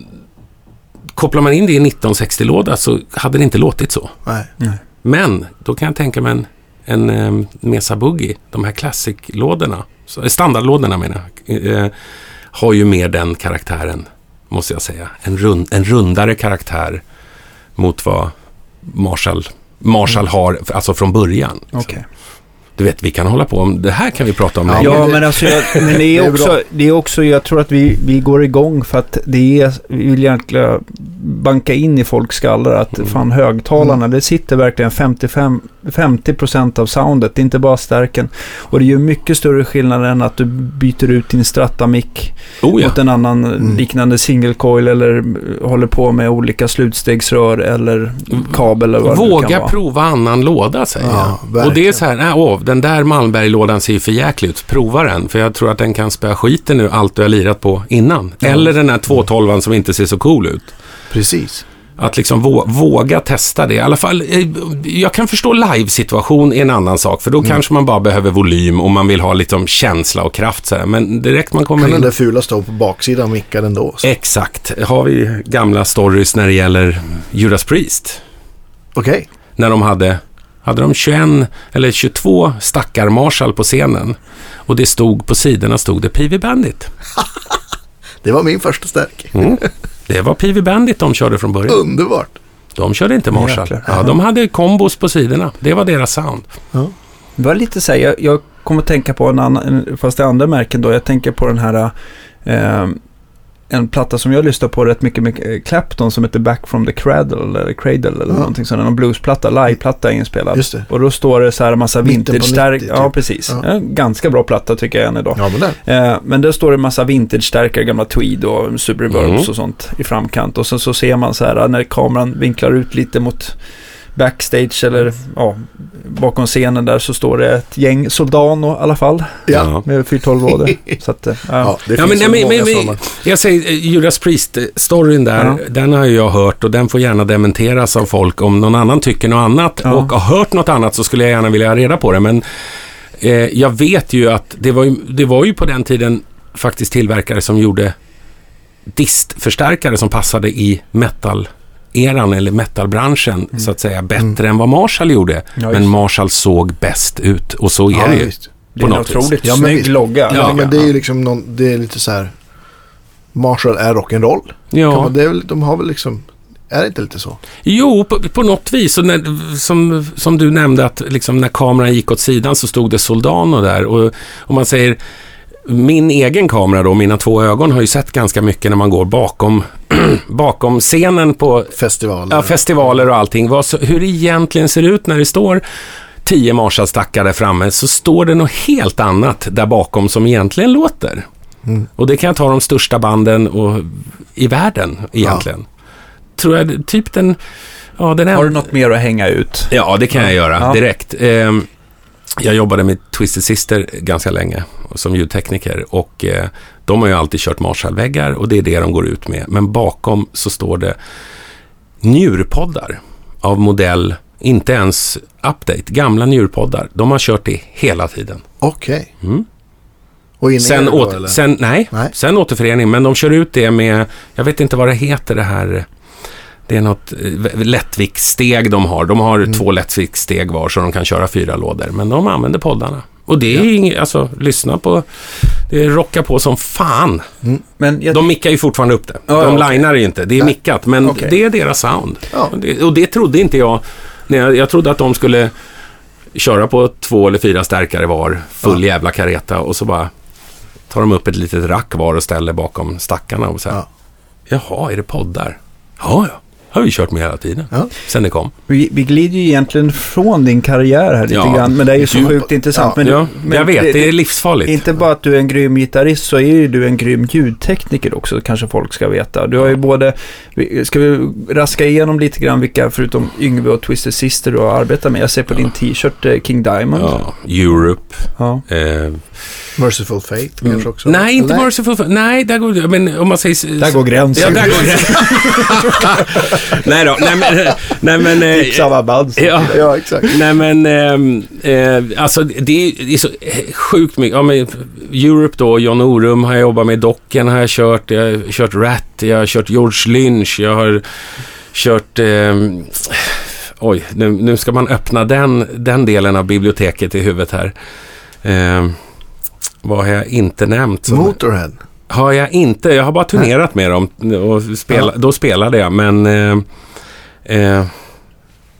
kopplar man in det i en nittonhundrasextio-låda så hade det inte låtit så. Nej. Nej. Men då kan jag tänka mig en, en um, Mesa Boogie. De här classic-lådorna. Standardlådorna menar jag. Eh, har ju mer den karaktären, måste jag säga. En, rund, en rundare karaktär mot vad Marshall, Marshall har, alltså från början. Liksom. Okay. Du vet, vi kan hålla på om det här kan vi prata om. Ja, ja men alltså jag, men det är, också, det är också, jag tror att vi, vi går igång för att det är, vi vill egentligen banka in i folks skallar att mm. fan högtalarna, mm. det sitter verkligen femtiofem, femtio procent av soundet, det är inte bara stärken. Och det är ju mycket större skillnad än att du byter ut din Strata-mic oh, ja. mot en annan mm. liknande single coil eller håller på med olika slutstegsrör eller kabel eller vad Våga det kan vara. prova annan låda, säger ja, jag. Och det är så här, nej, åh, den där Malmberg-lådan ser ju för jäkligt ut. Prova den, för jag tror att den kan spöa skiten nu allt du har lirat på innan. Ja. Eller den här tvåhundratolvan som inte ser så cool ut. Precis. Att liksom vå- våga testa det. I alla fall, jag kan förstå live-situation är en annan sak. För då mm. kanske man bara behöver volym och man vill ha lite om känsla och kraft. Så här. Men direkt man kommer kan in... den där fula stå på baksidan mickar ändå. Så. Exakt. Har vi gamla stories när det gäller Judas Priest. Okej. Okay. När de hade... Hade de tjugoett eller tjugotvå stackar Marshall på scenen. Och det stod på sidorna stod det P V Bandit. Det var min första stärk. Mm. Det var P V Bandit de körde från början. Underbart. De körde inte Marshall. Ja, de hade kombos på sidorna. Det var deras sound. Ja. Det var lite så här, jag, jag kommer att tänka på en annan, fast det är andra märken då. Jag tänker på den här... Eh, en platta som jag lyssnar på rätt mycket med Clapton som heter Back from the Cradle eller Cradle eller mm. någonting sånt, en bluesplatta, liveplatta inspelad. Just det. Och då står det så här en massa vintage-stärk. Typ. Ja, precis. Ja. Ja, ganska bra platta tycker jag än idag. Ja, men det. Eh, men där står det en massa vintage-stärkar, gamla Tweed och Subreverbs mm. och sånt i framkant. Och så, så ser man så här när kameran vinklar ut lite mot backstage eller ja, bakom scenen där så står det ett gäng Soldano i alla fall. Ja. Med fyrahundratolv så att, ja. Ja, det ja, finns men, men, men, men, men, jag säger Judas Priest-storyn där, ja. den har jag hört och den får gärna dementeras av folk om någon annan tycker något annat ja. och har hört något annat så skulle jag gärna vilja ha reda på det, men eh, jag vet ju att det var ju, det var ju på den tiden faktiskt tillverkare som gjorde distförstärkare som passade i metal eran eller metalbranschen mm. så att säga bättre mm. än vad Marshall gjorde. Ja, men Marshall såg bäst ut och så är ja, det ju. Just. Det är en otroligt ja, snygg logga. Ja, ja, men det är ju liksom någon, det är lite så här Marshall är rock'n'roll. Ja. Kan man, det är väl, de har väl liksom är det inte lite så? Jo, på, på något vis. Och när, som, som du nämnde att liksom när kameran gick åt sidan så stod det Soldano där. Och om man säger min egen kamera då, mina två ögon har ju sett ganska mycket när man går bakom bakom scenen på festivaler, ja, festivaler och allting. Vad, så, hur det egentligen ser ut när det står tio Marshall-stackar där framme så står det något helt annat där bakom som egentligen låter. Mm. Och det kan ta de största banden och, i världen egentligen. Ja. Tror jag, typ den... Ja, den har du något mer att hänga ut? Ja, det kan jag göra ja. direkt. Eh, jag jobbade med Twisted Sister ganska länge som ljudtekniker och eh, de har ju alltid kört Marshall-väggar och det är det de går ut med. Men bakom så står det njurpoddar av modell, inte ens update, gamla njurpoddar. De har kört det hela tiden. Okej. Okay. Mm. Och in sen, åter, då, eller? Sen, nej, nej, sen återförening. Men de kör ut det med, jag vet inte vad det heter det här... Det är något lättviktssteg de har. De har mm. två lättviktssteg var så de kan köra fyra lådor. Men de använder poddarna. Och det är ja. inget, alltså lyssna på, det rockar på som fan. Mm. Men jag... De mickar ju fortfarande upp det. Ja, de okay. linar ju inte, det är Nej. mickat. Men okay. det är deras sound. Ja. Och, det, och det trodde inte jag. När jag, jag trodde att de skulle köra på två eller fyra stärkare var. Full ja. jävla kareta. Och så bara tar de upp ett litet rack var och ställer bakom stackarna. Och så här, ja. Jaha, är det poddar? Ja, ja. Har vi kört med hela tiden, ja. sen det kom. Vi, vi glider ju egentligen från din karriär här lite ja. grann, men det är ju så du, sjukt intressant. Ja. Men, ja. men jag vet, det, det är livsfarligt. Inte bara att du är en grym gitarrist så är ju du en grym ljudtekniker också, kanske folk ska veta. Du har ju både, ska vi raska igenom lite grann vilka, förutom Yngve och Twisted Sister du har arbetat med. Jag ser på ja. din t-shirt King Diamond. Ja, Europe. Ja. Eh, Merciful Fate mm. kanske också. Nej, inte Eller? Merciful Fate. Nej, där går, men om man säger... Där går gränsen. Ja, där går gränsen. nej då, nej men... Nej, men eh, samma band. Ja. ja, exakt. Nej, men... Eh, eh, alltså, det är, det är så sjukt mycket. Ja, men Europe då, John Orum har jag jobbat med. Docken har jag kört. Jag har kört Rat. Jag har kört George Lynch. Jag har kört... Eh, oj, nu, nu ska man öppna den, den delen av biblioteket i huvudet här. Eh, vad har jag inte nämnt? Som, Motorhead. Har jag inte. Jag har bara turnerat Nej. med dem och spela, ja. då spelade jag. Men eh, eh,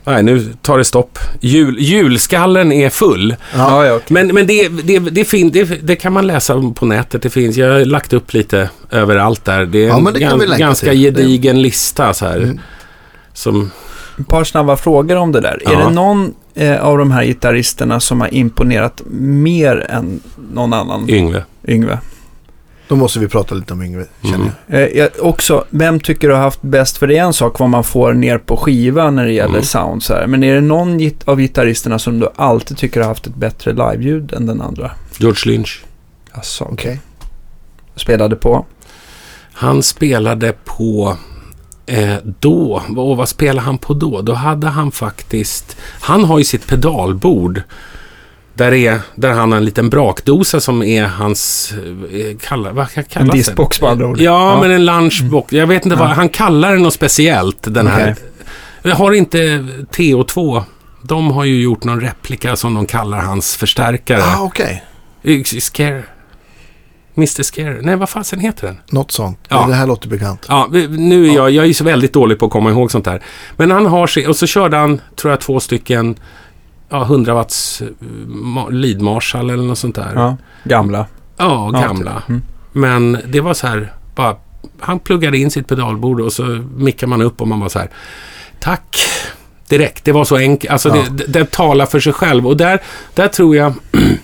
Nej, nu tar det stopp. Jul, julskallen är full. Ja, ja, okay. Men, men det, det, det, fin, det, det kan man läsa på nätet. Det finns, jag har lagt upp lite överallt där. Det är ja, en det gans, ganska till. gedigen lista så här. Mm. Som... Ett par snabba frågor om det där. Ja. Är det någon eh, av de här gitarristerna som har imponerat mer än någon annan? Yngve. Yngve. Då måste vi prata lite om Yngve, känner mm. jag. Eh, också, vem tycker du har haft bäst? För det är en sak vad man får ner på skiva när det gäller mm. sound så här. Men är det någon git- av gitarristerna som du alltid tycker har haft ett bättre liveljud än den andra? George Lynch. Alltså, okej. Okay. Spelade på? Han spelade på... Eh, då, och vad spelade han på då? Då hade han faktiskt... Han har ju sitt pedalbord... Där, är, där han har en liten brakdosa som är hans... Eh, kalla, vad kallas en diskbox på andra ord. Ja, ja, men en lunchbox. Jag vet inte ja. vad... Han kallar den något speciellt, den här. Okay. Jag har inte T O två. De har ju gjort någon replika som de kallar hans förstärkare. Ah, okej. Okay. Scare... mister Scare. Nej, vad fasen heter den? Något sånt. Ja. Det här låter bekant. Ja, nu är jag, jag är så väldigt dålig på att komma ihåg sånt där. Men han har sig, och så körde han, tror jag, två stycken ja, hundra watts lead Marshall eller något sånt där. Ja, gamla. Ja, gamla. Ja, mm. Men det var så här, bara, han pluggade in sitt pedalbord och så mickade man upp och man var så här, tack, direkt. Det var så enkelt. Alltså ja. det, det talar för sig själv. Och där, där tror jag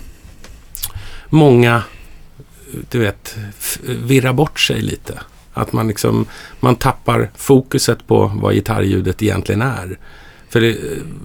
många du vet, virra bort sig lite. Att man liksom, man tappar fokuset på vad gitarrljudet egentligen är. För det,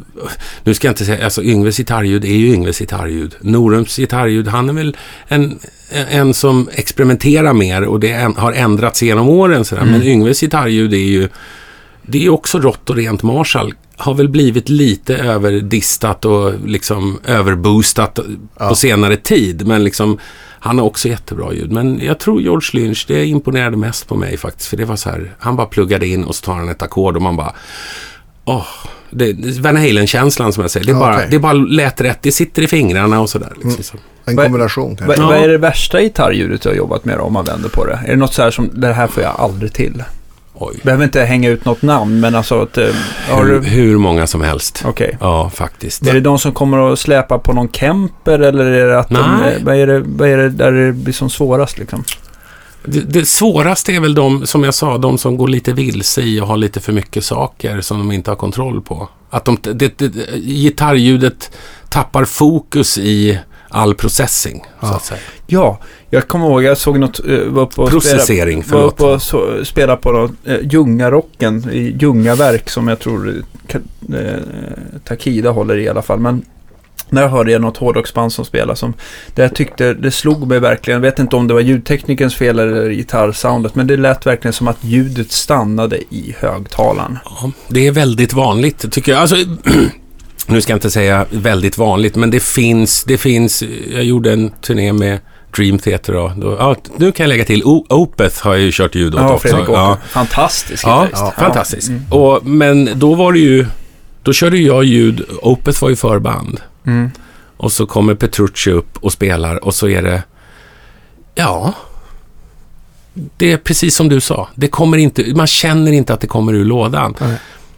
nu ska jag inte säga, alltså Yngves gitarrljud är ju Yngves gitarrljud. Norums gitarrljud, han är väl en, en som experimenterar mer och det en, har ändrats genom åren sådär. Mm. Men Yngves gitarrljud är ju, det är ju också rått och rent Marshall. Har väl blivit lite överdistat och liksom överboostat ja. på senare tid. Men liksom, han har också jättebra ljud. Men jag tror George Lynch, det imponerade mest på mig faktiskt. För det var så här, han bara pluggade in och så tar han ett ackord och man bara, åh, det, det Van Halen-känslan som jag säger. Det, är bara, okay. det bara lät rätt, det sitter i fingrarna och sådär. Liksom. Mm. En kombination. Va, va, ja. Vad är det värsta gitarrljudet du har jobbat med om man vänder på det? Är det något så här som, det här får jag aldrig till? Oj. Behöver inte hänga ut något namn, men alltså att, har hur, du... hur många som helst. Okej. Okay. Ja, faktiskt. Är det de som kommer att släpa på någon camper eller är det att de, vad är det, vad är det där det blir som svårast liksom? Det, det svåraste är väl de, som jag sa, de som går lite vilse i och har lite för mycket saker som de inte har kontroll på. Att de, det, det, gitarrljudet tappar fokus i all processing, ja. så att säga. Ja, jag kommer ihåg, jag såg något, var uppe och processering, spela, var uppe och så, spela på något, äh, Ljungarocken i Ljungaverk som jag tror äh, Takida håller i alla fall, men när jag hörde jag något hårdrocksband som spelar som, det jag tyckte, det slog mig verkligen, jag vet inte om det var ljudteknikens fel eller gitarrsoundet, men det lät verkligen som att ljudet stannade i högtalaren. Ja, det är väldigt vanligt tycker jag, alltså nu ska jag inte säga väldigt vanligt, men det finns, det finns, jag gjorde en turné med Dream Theater då, då ja, nu kan jag lägga till, o- Opeth har jag ju kört ljud åt ja, också. Ja, fantastisk. Ja, ja, fantastisk. Mm. Och, men då var det ju, då körde jag ljud, Opeth var ju förband. Mm. Och så kommer Petrucci upp och spelar och så är det, ja, det är precis som du sa, det kommer inte, man känner inte att det kommer ur lådan. Mm.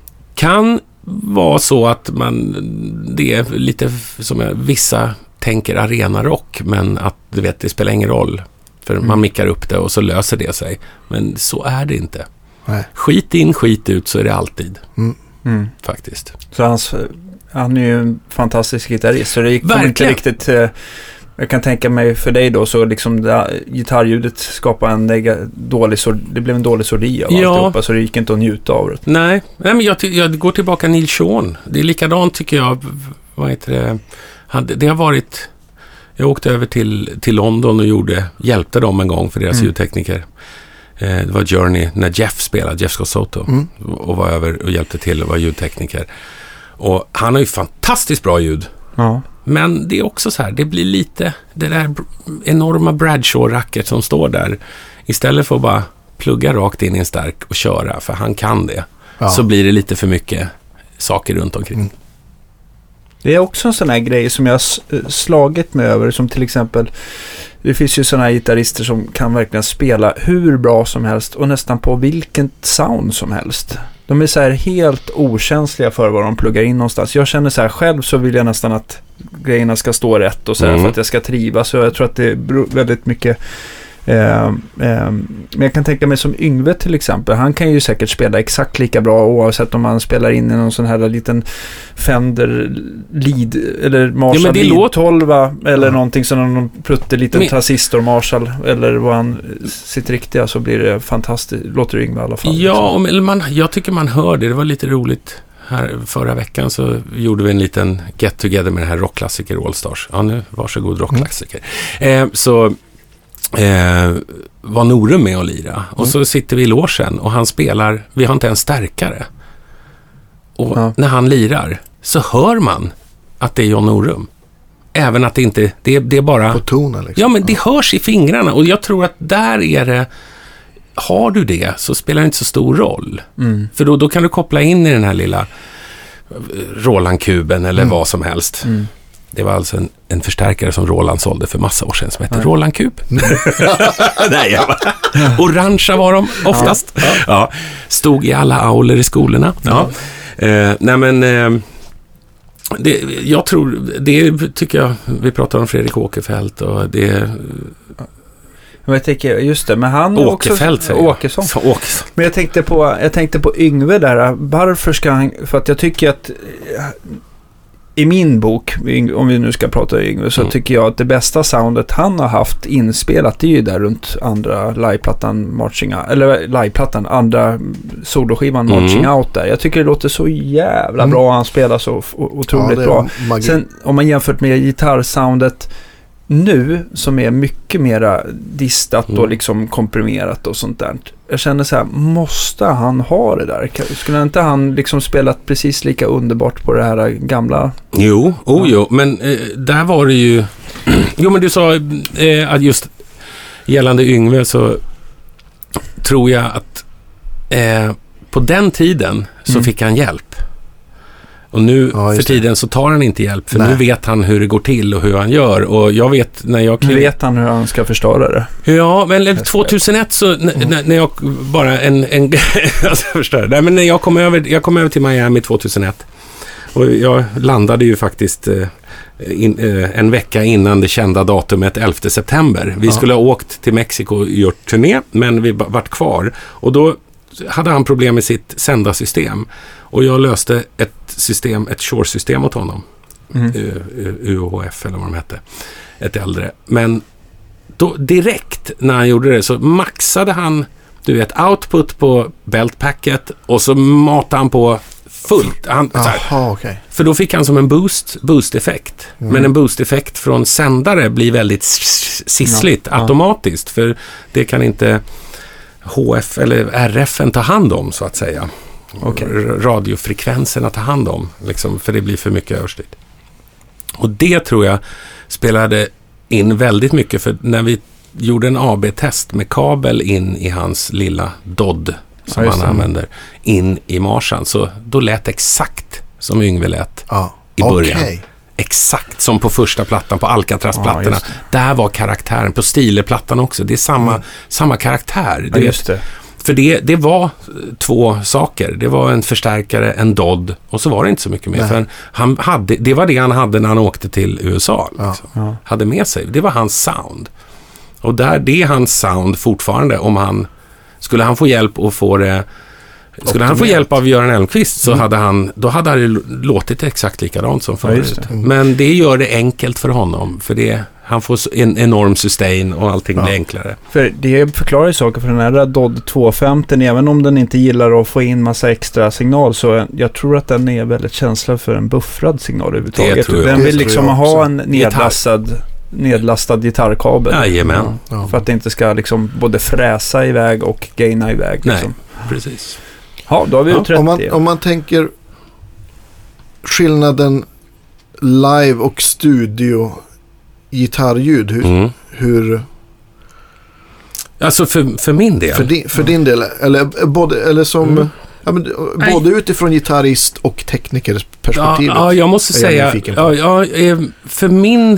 Kan vara så att man, det är lite som jag, vissa tänker arenarock, men att du vet, det spelar ingen roll för mm. man mickar upp det och så löser det sig, men så är det inte. Nej. Skit in, skit ut, så är det alltid. Mm. Mm. Faktiskt. Så hans, han är ju en fantastisk gitarrist, så det gick inte riktigt, eh, jag kan tänka mig för dig då, så liksom det, gitarrljudet skapade en nega, dålig, det blev en dålig sordi av ja. alltihopa, så det gick inte att njuta av det. Nej, Nej men jag, jag går tillbaka Neil Sean. Det är likadant tycker jag, vad heter det, han, det har varit, jag åkte över till, till London och gjorde, hjälpte dem en gång för deras mm. ljudtekniker. Eh, det var Journey när Jeff spelade, Jeff Scott Soto, mm. och var över och hjälpte till och var ljudtekniker. Och han har ju fantastiskt bra ljud. Ja. Men det är också så här, det blir lite det där enorma Bradshaw-racket som står där. Istället för att bara plugga rakt in i en stark och köra, för han kan det. Ja. Så blir det lite för mycket saker runt omkring. Mm. Det är också en sån här grej som jag har slagit mig över, som till exempel det finns ju sådana här gitarrister som kan verkligen spela hur bra som helst och nästan på vilken sound som helst. De är så här helt okänsliga för vad de pluggar in någonstans. Jag känner så här, själv så vill jag nästan att grejerna ska stå rätt och så här, mm. för att jag ska trivas. Så jag tror att det är väldigt mycket... Eh, eh, men jag kan tänka mig som Yngve till exempel. Han kan ju säkert spela exakt lika bra oavsett om han spelar in i någon sån här liten Fender Lead eller Marshall ja, Lead låt... tolv eller ja. någonting som någon pluttig liten men... transistor Marshall eller vad han sitt riktiga, så blir det fantastiskt. Låter Yngve i alla fall. Ja, liksom. man, jag tycker man hör det. Det var lite roligt. Här förra veckan så gjorde vi en liten get together med det här rockklassiker All Stars. Ja, nu varsågod rockklassiker. Mm. Eh, så Eh, var Norum med och lira. Mm. Och så sitter vi i logen och han spelar, vi har inte en stärkare. Och ja. när han lirar så hör man att det är John Norum. Även att det inte, det, det är bara... På tonen liksom. Ja, men det hörs i fingrarna. Och jag tror att där är det, har du det så spelar det inte så stor roll. Mm. För då, då kan du koppla in i den här lilla Roland-kuben eller mm. vad som helst. Mm. Det var alltså en, en förstärkare som Roland sålde för massa år sedan som hette Roland Cube. Nej, jag bara, orangea var de oftast. Ja. Ja. Stod i alla auler i skolorna. Ja. Eh, nej men eh, det, jag tror, det tycker jag, vi pratar om Fredrik Åkerfeldt och det... Men jag tänker, just det, men han Åkerfeldt också, Åkesson. Så, Åkesson. Men jag tänkte på, jag tänkte på Yngve där, varför ska han, för att jag tycker att i min bok, om vi nu ska prata Yngve, så mm. tycker jag att det bästa soundet han har haft inspelat, det är ju där runt andra liveplattan Marching Out, eller liveplattan, andra soloskivan Marching mm. Out där. Jag tycker det låter så jävla mm. bra, han spelar så otroligt ja, bra. Magi. Sen om man jämfört med gitarrsoundet nu, som är mycket mera distat mm. och liksom komprimerat och sånt där. Jag känner så här, måste han ha det där? Skulle inte han liksom spelat precis lika underbart på det här gamla? Jo, oh, jo, men eh, där var det ju jo, men du sa eh, att just gällande Yngve så tror jag att eh, på den tiden så mm. fick han hjälp. Och nu ja, för tiden så tar han inte hjälp, för Nej. nu vet han hur det går till och hur han gör. Och jag vet när jag... Nu vet han hur han ska förstöra det. Ja, men tjugohundraett så mm. när, när jag bara en... en alltså förstör. Nej, men när jag kom över, jag kom över till Miami tjugohundraett och jag landade ju faktiskt eh, in, eh, en vecka innan det kända datumet elfte september. Vi ja. skulle ha åkt till Mexiko och gjort turné, men vi vart kvar. Och då hade han problem med sitt sändarsystem. Och jag löste ett system, ett Shure-system åt honom. Mm. U H F eller vad de hette. Ett äldre. Men då direkt när han gjorde det så maxade han, du vet, output på beltpacket och så matade han på fullt. Han, Aha, så här, okay. För då fick han som en boost, boost-effekt. Mm. Men en boost-effekt från sändare blir väldigt sissligt ja, automatiskt. Ja. För det kan inte H F eller R F ta hand om, så att säga. Okay. Radiofrekvenserna ta hand om, liksom, för det blir för mycket överstyrt. Och det tror jag spelade in väldigt mycket, för när vi gjorde en A B-test med kabel in i hans lilla D O D som ja, han använder in i Marshall, så då lät exakt som Yngve lät ja. i början. Okay. Exakt som på första plattan, på Alcatraz-plattorna. Ja, där var karaktären, på Stile-plattan också. Det är samma, mm. samma karaktär. Ja, just det. För det, det var två saker. Det var en förstärkare, en D O D och så var det inte så mycket mer. För han hade, det var det han hade när han åkte till U S A. Liksom. Ja, ja. Hade med sig. Det var hans sound. Och där, det är hans sound fortfarande. Om han, skulle han få hjälp att få det... Skulle han få hjälp av Göran Elmqvist så mm. hade han, då hade det låtit exakt likadant som förut. Ja, det. Mm. Men det gör det enkelt för honom. För det, han får en enorm sustain och allting ja. blir enklare. För det förklarar ju saker, för den här D O D tvåhundrafemtio, även om den inte gillar att få in massa extra signal, så jag tror att den är väldigt känslig för en buffrad signal överhuvudtaget. Den vill liksom ha en nedlastad, nedlastad gitarrkabel. Jajamän. Ja. För att det inte ska liksom både fräsa iväg och gaina iväg. Liksom. Nej, precis. Ja, då har vi utrett om man, det. Om man tänker skillnaden live och studio gitarrljud, hur, mm. hur alltså för, för min del för din, för din del eller både eller som mm. ja, men, både utifrån gitarrist och teknikers perspektiv. Ja, ja, jag måste säga ja, ja, för min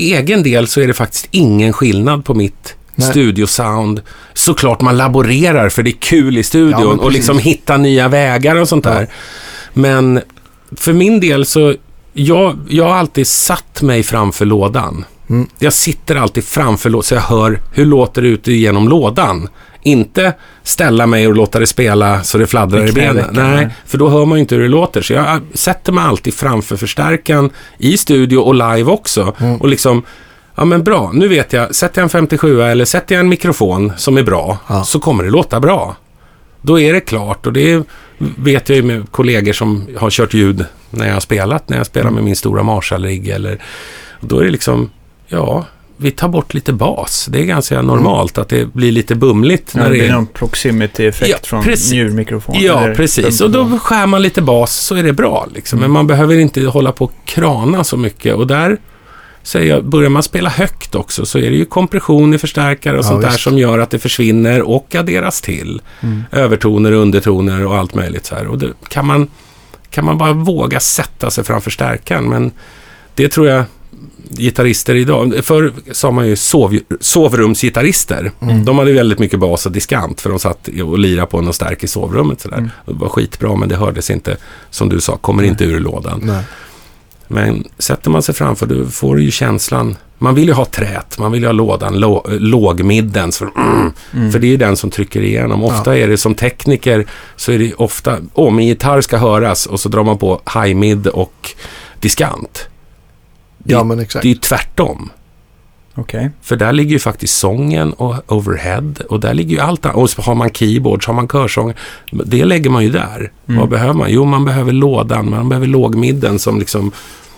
egen del så är det faktiskt ingen skillnad på mitt Nej. studiosound. Såklart man laborerar för det är kul i studion ja, och liksom hitta nya vägar och sånt där. Ja. Men för min del så jag, jag har alltid satt mig framför lådan. Mm. Jag sitter alltid framför lådan så jag hör hur låter det ut genom lådan. Inte ställa mig och låta det spela så det fladdrar det i benen. Nej, för då hör man ju inte hur det låter. Så jag sätter mig alltid framför förstärkaren i studio och live också. Mm. Och liksom, ja men bra, nu vet jag, sätter jag en femtiosju eller sätter jag en mikrofon som är bra ja. så kommer det låta bra. Då är det klart och det vet jag ju med kollegor som har kört ljud när jag har spelat, när jag spelar med min stora Marshall-rigg eller då är det liksom, ja, vi tar bort lite bas. Det är ganska normalt mm. att det blir lite bumligt. Ja, när det är någon proximity-effekt ja, från njurmikrofon. Ja, precis. Och då skär man lite bas så är det bra. Liksom. Mm. Men man behöver inte hålla på och krana så mycket. Och där säger jag, börjar man spela högt också så är det ju kompression i förstärkare och ja, sånt visst. där som gör att det försvinner och adderas till. Mm. Övertoner, undertoner och allt möjligt så här. Och det kan man, kan man bara våga sätta sig framför stärkaren. Men det tror jag gitarrister idag, förr sa man ju sov, sovrumsgitarrister. Mm. De hade väldigt mycket bas och diskant för de satt och lirade på en stärk i sovrummet. Så där. Mm. Det var skitbra men det hördes inte, som du sa, kommer inte ur lådan. Nej. Men sätter man sig framför då får du ju känslan, man vill ju ha trät, man vill ju ha lådan, lå, lågmidden så, mm, mm. för det är ju den som trycker igenom. Ofta ja. är det som tekniker så är det ofta, åh oh, min gitarr ska höras och så drar man på high mid och diskant. Det, ja, men exakt. Det är ju tvärtom. Okay. För där ligger ju faktiskt sången och overhead och där ligger ju allt. Och så har man keyboards, har man körsång. Det lägger man ju där. Mm. Vad behöver man? Jo, man behöver lådan, man behöver lågmidden som liksom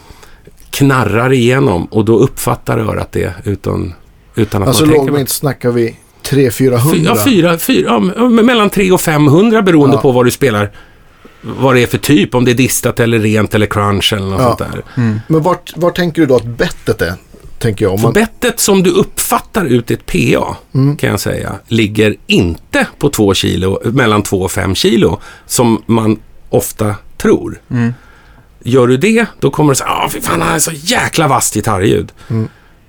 knarrar igenom och då uppfattar örat det utan, utan att alltså man tänker... Alltså lågmidd snackar vi tre till fyrahundra? Ja, fyra, fyra, ja, mellan tre och femhundra beroende ja. på vad du spelar. Vad det är för typ, om det är distat eller rent eller crunch eller något ja. sånt där. Mm. Men vart, vart tänker du då att bettet är? Tänker jag, om man... Bettet som du uppfattar ut ett P A mm. kan jag säga, ligger inte på två kilo, mellan två och fem kilo som man ofta tror. Mm. Gör du det, då kommer du säga, ah fy fan, han är så jäkla vasst gitarrljud. Mm.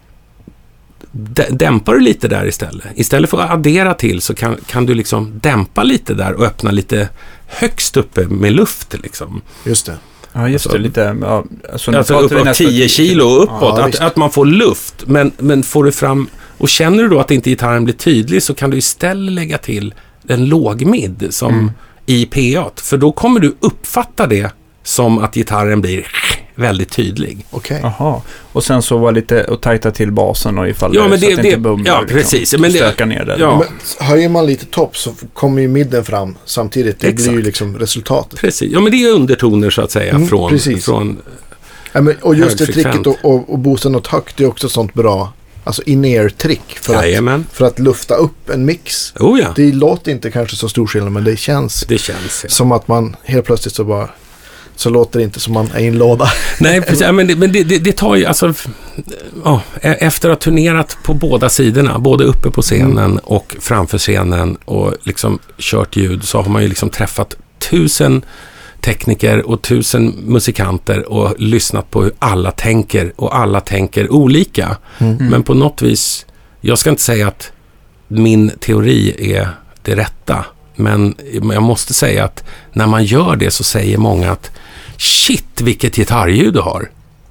D- dämpar du lite där istället. Istället för att addera till så kan, kan du liksom dämpa lite där och öppna lite högst uppe med luft liksom. Just det. Ja, just alltså, det. Lite, ja, alltså, alltså uppåt tio kilo uppåt. Ja, att, att man får luft. Men, men får du fram... Och känner du då att inte gitarren blir tydlig så kan du istället lägga till en lågmid som mm. i P A. För då kommer du uppfatta det som att gitarren blir väldigt tydlig. Okej. Okay. Jaha. Och sen så var lite och tajta till basen och ifall ja, det, men så det, att det det inte bumlar. Ja, precis. Liksom, men det, stöka ner det. Ja. Men höjer man lite topp så kommer ju midden fram samtidigt. Det Exakt. blir ju liksom resultatet. Precis. Ja, men det är undertoner så att säga mm, från... Precis. från ja, men, och just det tricket och, och, och boosta något högt är också sånt bra... Alltså in-ear-trick för att, för att lufta upp en mix. Oh ja. Det låter inte kanske så stor skillnad, men det känns, det känns ja. som att man helt plötsligt så bara så låter det inte som man är i en låda. Nej, precis, men, det, men det, det, det tar ju alltså ja, efter att ha turnerat på båda sidorna, både uppe på scenen mm. och framför scenen och liksom kört ljud, så har man ju liksom träffat tusen tekniker och tusen musikanter och lyssnat på hur alla tänker och alla tänker olika. Mm. Men på något vis, jag ska inte säga att min teori är det rätta, men jag måste säga att när man gör det så säger många att shit, vilket gitarrljud du har.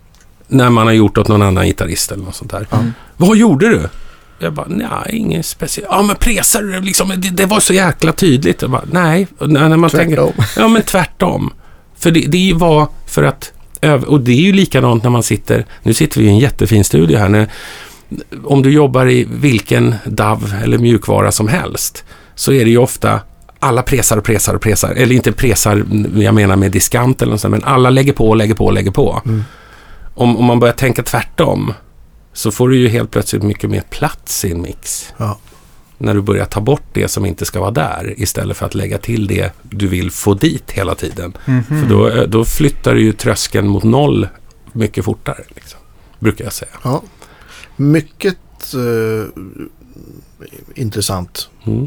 När man har gjort åt någon annan gitarrist eller något sånt där. Mm. Vad gjorde du? Jag bara, nej, inget speciellt. Ja, men presar du liksom, det, det var så jäkla tydligt. Jag bara, nej. När man tvärtom. Tänker, ja, men tvärtom. För det, det var för att, och det är ju likadant när man sitter, nu sitter vi i en jättefin studio här. När, om du jobbar i vilken D A W eller mjukvara som helst, så är det ju ofta alla presar och presar och presar. Eller inte presar, jag menar med diskant eller något sånt, men alla lägger på och lägger på och lägger på. Mm. Om, om man börjar tänka tvärtom, så får du ju helt plötsligt mycket mer plats i en mix. Ja. När du börjar ta bort det som inte ska vara där, istället för att lägga till det du vill få dit hela tiden. Mm-hmm. För då, då flyttar du ju tröskeln mot noll mycket fortare, liksom, brukar jag säga. Ja. Mycket uh, intressant. Mm.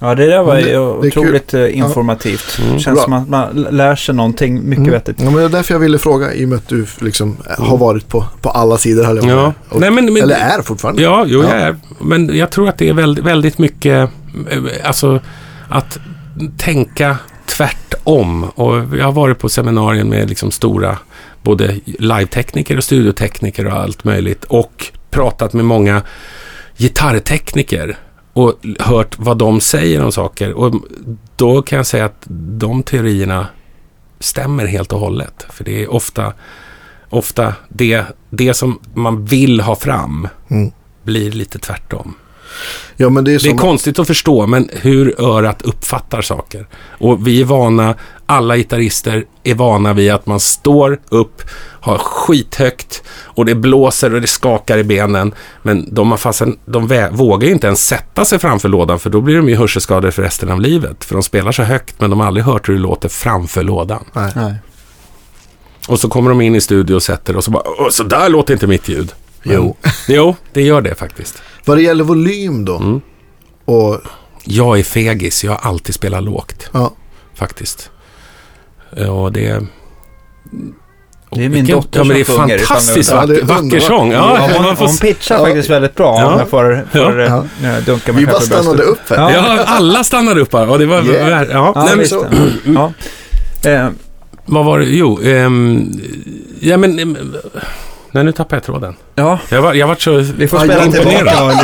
Ja, det där var ju det, otroligt det informativt. Mm. Känns som att man lär sig någonting mycket mm. vettigt. Ja, men det är därför jag ville fråga, i och med att du liksom har varit på, på alla sidor här. Ja. Och, Nej, men, men, eller är fortfarande. Ja, jo, ja. jag är. Men jag tror att det är väldigt, väldigt mycket, alltså att tänka tvärtom. Och jag har varit på seminarier med liksom stora, både live-tekniker och studiotekniker och allt möjligt. Och pratat med många gitarrtekniker och hört vad de säger om saker. Och då kan jag säga att de teorierna stämmer helt och hållet. För det är ofta, ofta det, det som man vill ha fram mm. blir lite tvärtom. Ja, men det är, det är konstigt att förstå, men hur örat uppfattar saker. Och vi är vana, alla gitarrister är vana vid att man står upp, har skithögt och det blåser och det skakar i benen. Men de, har fasen, de vä- vågar ju inte ens sätta sig framför lådan, för då blir de ju hörselskadade för resten av livet. För de spelar så högt, men de har aldrig hört hur det låter framför lådan. Nej. Nej. Och så kommer de in i studio och sätter och så bara, så där låter inte mitt ljud. Men, jo. jo, det gör det faktiskt. Vad det gäller volym då? Mm. Och... Jag är fegis, jag har alltid spelat lågt. Ja. Faktiskt. Och det... Det är min vilken, dotter ja, men det är som sjunger. fantastiskt Ja, vacker, vacker sång. Ja, ja, hon, hon pitchar ja. faktiskt väldigt bra. Ja. Om jag får, får ja. Ja, dunka mig. Vi bara stannade upp här. Ja. ja, alla stannade upp här. Och det var... Yeah. Ja, ja, nej, men så. Ja. Eh. Vad var det? Jo, ehm, ja men... Ehm, nej, nu tappar jag tråden. Ja. Jag var, jag var så Vi får spela tillbaka.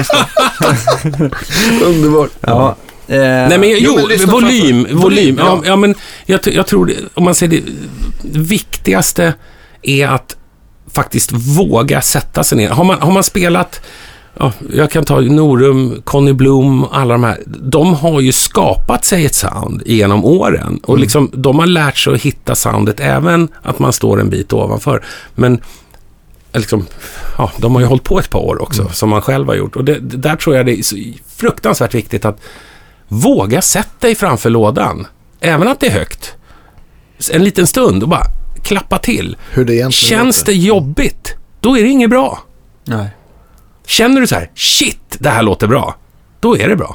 Underbart. Ja. Eh, Nej men jo, jo men volym, volym, volym ja. Ja, ja men jag, jag tror det, om man säger det, det viktigaste är att faktiskt våga sätta sig ner. Har man, har man spelat, ja, jag kan ta Norum, Conny Bloom, alla de här, de har ju skapat sig ett sound genom åren och mm. liksom, de har lärt sig att hitta soundet även att man står en bit ovanför, men liksom, ja, de har ju hållit på ett par år också mm. som man själv har gjort, och det, det där tror jag det är så fruktansvärt viktigt att våga sätta dig framför lådan. Även att det är högt. En liten stund och bara klappa till. Hur det egentligen Känns låter. det jobbigt, då är det inget bra. Nej. Känner du så här, shit, det här låter bra, då är det bra.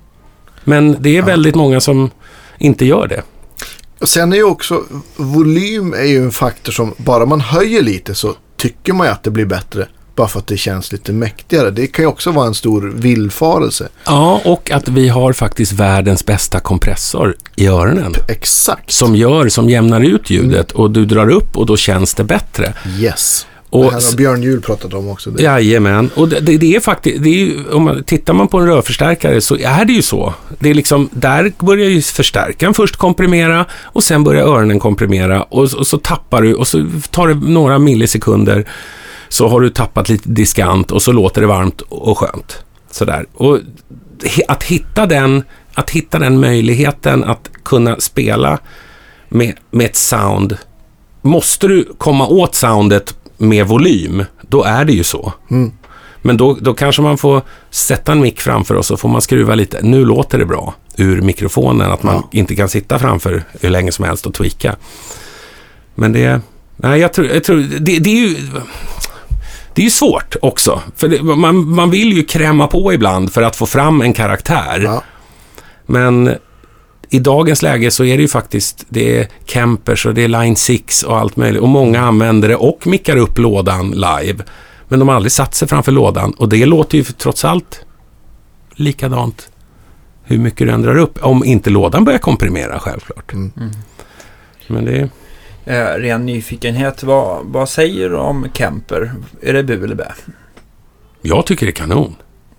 Men det är ja. väldigt många som inte gör det. Och sen är ju också, volym är ju en faktor som, bara man höjer lite så tycker man ju att det blir bättre. Bara för att det känns lite mäktigare. Det kan ju också vara en stor villfarelse. Ja, och att vi har faktiskt världens bästa kompressor i öronen. Exakt. Som gör, som jämnar ut ljudet och du drar upp och då känns det bättre. Yes. Och det här har Björn Juhl pratat om också. Det. Jajamän. Och det, det, det är faktiskt, det är ju, om man tittar man på en rörförstärkare så är det ju så. Det är liksom, där börjar ju förstärkaren först komprimera och sen börjar öronen komprimera och, och så tappar du och så tar det några millisekunder så har du tappat lite diskant och så låter det varmt och skönt. Sådär. Och att hitta den, att hitta den möjligheten att kunna spela med, med ett sound. Måste du komma åt soundet med volym, då är det ju så. Mm. Men då, då kanske man får sätta en mick framför och så får man skruva lite. Nu låter det bra ur mikrofonen, att man ja. inte kan sitta framför hur länge som helst och tweaka. Men det, nej, jag tror, jag tror det, det är ju... Det är ju svårt också, för det, man, man vill ju kräma på ibland för att få fram en karaktär. Ja. Men i dagens läge så är det ju faktiskt, det är Kempers och det är Line sex och allt möjligt. Och många använder det och mickar upp lådan live. Men de har aldrig satt sig framför lådan. Och det låter ju trots allt likadant hur mycket du ändrar upp. Om inte lådan börjar komprimera, självklart. Mm. Mm. Men det är... Eh, ren nyfikenhet, vad, vad säger du om Kemper? Är det bu eller bä? Jag tycker det är kanon.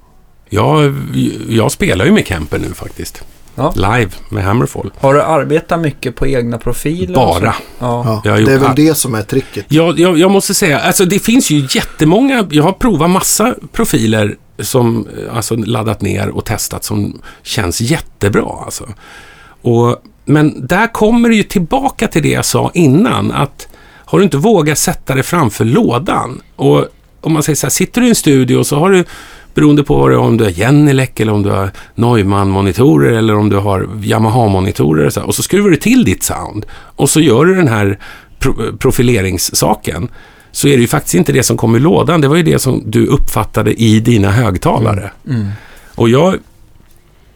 Jag, jag spelar ju med Kemper nu faktiskt. Ja. Live med Hammerfall. Har du arbetat mycket på egna profiler? Bara. Ja. Ja, det är väl det som är tricket. Jag, jag, jag måste säga, alltså det finns ju jättemånga, jag har provat massa profiler som alltså laddat ner och testat som känns jättebra alltså. Och men där kommer det ju tillbaka till det jag sa innan, att har du inte vågat sätta dig framför lådan, och om man säger så här, sitter du i en studio så har du, beroende på vad det är, om du har Genelec eller om du har Neumann-monitorer eller om du har Yamaha-monitorer och så, och så skruvar du till ditt sound och så gör du den här pro- profileringssaken, så är det ju faktiskt inte det som kommer i lådan, det var ju det som du uppfattade i dina högtalare. Mm. Mm. Och jag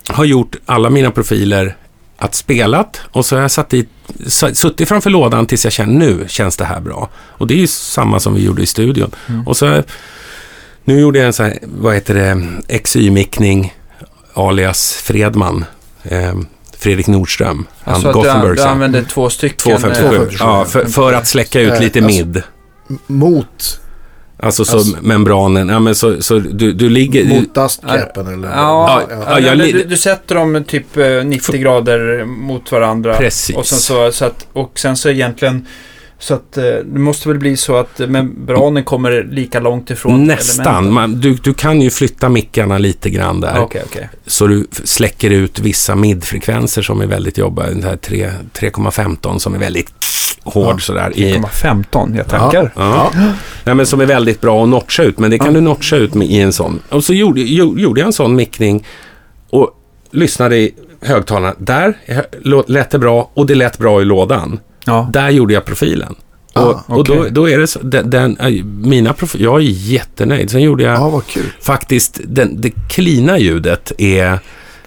har gjort alla mina profiler att spelat och så har jag satt i, suttit framför lådan tills jag känner nu känns det här bra. Och det är ju samma som vi gjorde i studion. Mm. Och så nu gjorde jag en så här, vad heter det, X Y-mickning alias Fredman, eh, Fredrik Nordström. Alltså att du, du använde två stycken. två femtiosju. Ja, för, för att släcka ut lite alltså, mid. Mot... Alltså så alltså, membranen, ja men så, så du, du ligger... Mot dustcapen eller? Ja, ja, ja, ja du, du sätter dem typ nittio grader mot varandra. Precis. Och sen så, så att, och sen så egentligen... Så att det måste väl bli så att membranen kommer lika långt ifrån nästan. Man, du, du kan ju flytta mickarna lite grann där. Okay, okay. Så du släcker ut vissa midfrekvenser som är väldigt jobbiga. Den här tre komma femton som är väldigt hård ja, sådär. tre komma femton, jag tackar. Ja, ja. Nej, men som är väldigt bra att notcha ut. Men det kan ja. du notcha ut med, i en sån. Och så gjorde, gjorde jag en sån mickning och lyssnade i högtalarna. Där lät det bra och det lät bra i lådan. Ja. Där gjorde jag profilen. Ah, och, okay. och då, då är det så, den, den, mina profil, jag är jättenöjd. Sen gjorde jag ah, vad kul. faktiskt, den, det klina ljudet är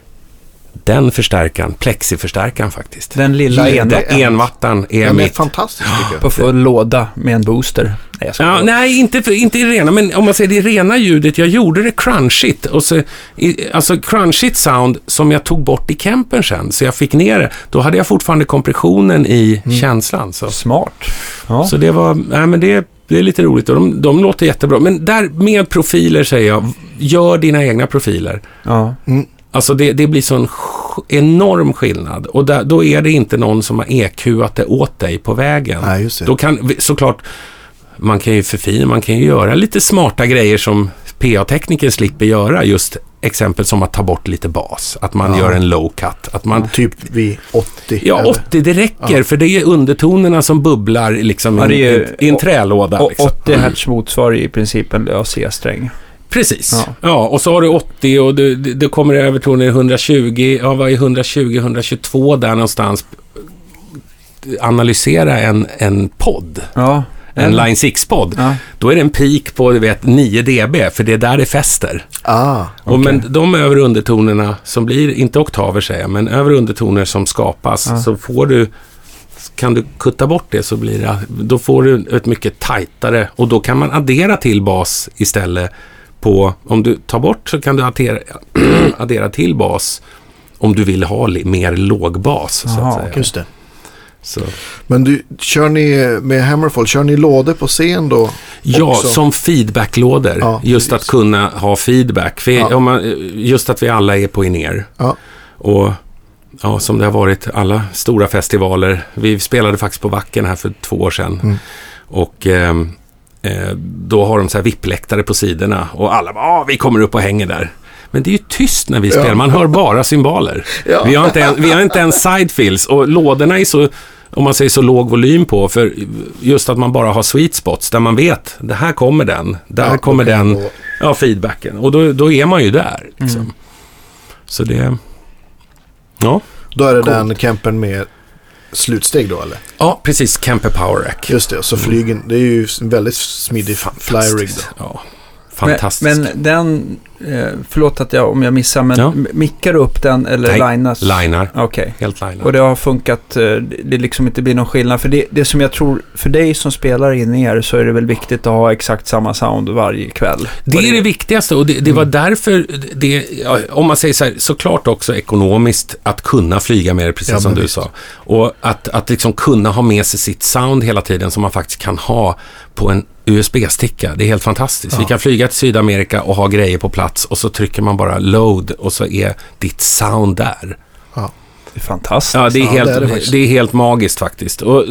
den förstärkaren, plexiförstärkaren faktiskt. Den lilla envattaren. envattaren är den mitt. är fantastisk tycker jag. På full låda med en booster. Nej, ja, nej inte, för, inte i rena, men om man säger det rena ljudet, jag gjorde det crunchigt. Och så, i, alltså crunchigt sound som jag tog bort i Kempen sen, så jag fick ner det. Då hade jag fortfarande kompressionen i mm. känslan. Så. Smart. Ja. Så det var, nej men det, det är lite roligt och de, de låter jättebra. Men där med profiler säger jag, gör dina egna profiler. Ja. Mm. Alltså det, det blir sån enorm skillnad. Och där, då är det inte någon som har E Qat det åt dig på vägen. Nej, just det. Då kan, såklart, man kan ju förfina, man kan ju göra lite smarta grejer som P A-tekniker slipper göra. Just exempel som att ta bort lite bas. Att man ja. gör en low cut. Att man, typ vid åttio. Ja, eller? åttio, det räcker. Ja. För det är undertonerna som bubblar liksom ja, i, en, i en trälåda. Liksom. åttio hertz motsvarar i princip en lös C-sträng. Precis. Ja. ja, och så har du åttio och det, det, det kommer övertoner etthundratjugo. Ja, vad är etthundratjugo, etthundratjugotvå där någonstans? Analysera en, en podd. Ja. En Line sex-podd. Ja. Då är det en peak på, du vet, nio decibel, för det är där det fäster. Ah, okay. och men de över undertonerna som blir, inte oktaver säger jag, men över undertoner som skapas, ja. så får du, kan du kutta bort det så blir det, då får du ett mycket tajtare, och då kan man addera till bas istället på, om du tar bort så kan du addera, addera till bas om du vill ha mer låg bas. Aha, så att säga. Just det. Så. Men du, kör ni med Hammerfall, kör ni lådor på scen då? Också? Ja, som feedbacklådor. Ja, just precis. Att kunna ha feedback. För ja. om man, just att vi alla är på in-ear. Ja. Och ja, som det har varit alla stora festivaler. Vi spelade faktiskt på Wacken här för två år sedan. Mm. Och eh, då har de så här vippläktare på sidorna. Och alla bara, ah, vi kommer upp och hänger där. Men det är ju tyst när vi ja. spelar. Man hör bara cymbaler. Ja. Vi har inte en, vi har inte en sidefills. Och lådorna är så, om man säger så låg volym på. För just att man bara har sweet spots. Där man vet, det här kommer den. Där ja, kommer den då. Ja, feedbacken. Och då, då är man ju där. Liksom. Mm. Så det... Ja. Då är det cool. Den Kempen med slutsteg då, eller? Ja, precis. Kemper Power Rack. Just det. Så flygen, mm. det är ju en väldigt smidig fly-rig då. Ja. Fantastiskt. Men, men den, förlåt att jag, om jag missar, men ja. mickar upp den eller Nej, linas? linar. Okej. Okay. Helt linar. Och det har funkat, det liksom inte blir någon skillnad. För det, det som jag tror, för dig som spelar in er så är det väl viktigt att ha exakt samma sound varje kväll. Det är det, det viktigaste och det, det var mm. därför, det, om man säger så här, såklart också ekonomiskt att kunna flyga med det, precis ja, som du visst. sa. Och att, att liksom kunna ha med sig sitt sound hela tiden som man faktiskt kan ha på en U S B-sticka. Det är helt fantastiskt. Ja. Vi kan flyga till Sydamerika och ha grejer på plats och så trycker man bara load och så är ditt sound där. Ja. Det är fantastiskt. Ja, det är, ja, helt, det är, det det är helt magiskt faktiskt. Och,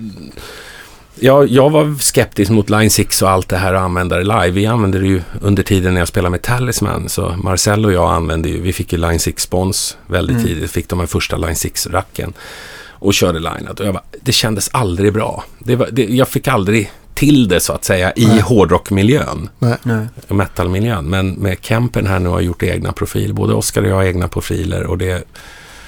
ja, jag var skeptisk mot Line sex och allt det här och använda det live. Vi använde det ju under tiden när jag spelade med Talisman. Så Marcel och jag använde ju, vi fick ju Line sex-spons väldigt mm. tidigt. Fick de en första Line sex-racken och körde lineat. Och jag bara, det kändes aldrig bra. Det var, det, jag fick aldrig till det så att säga i Nej. hårdrockmiljön Nej. och metalmiljön. Men med Kempen här nu har jag gjort egna profil. Både Oskar och jag har egna profiler och det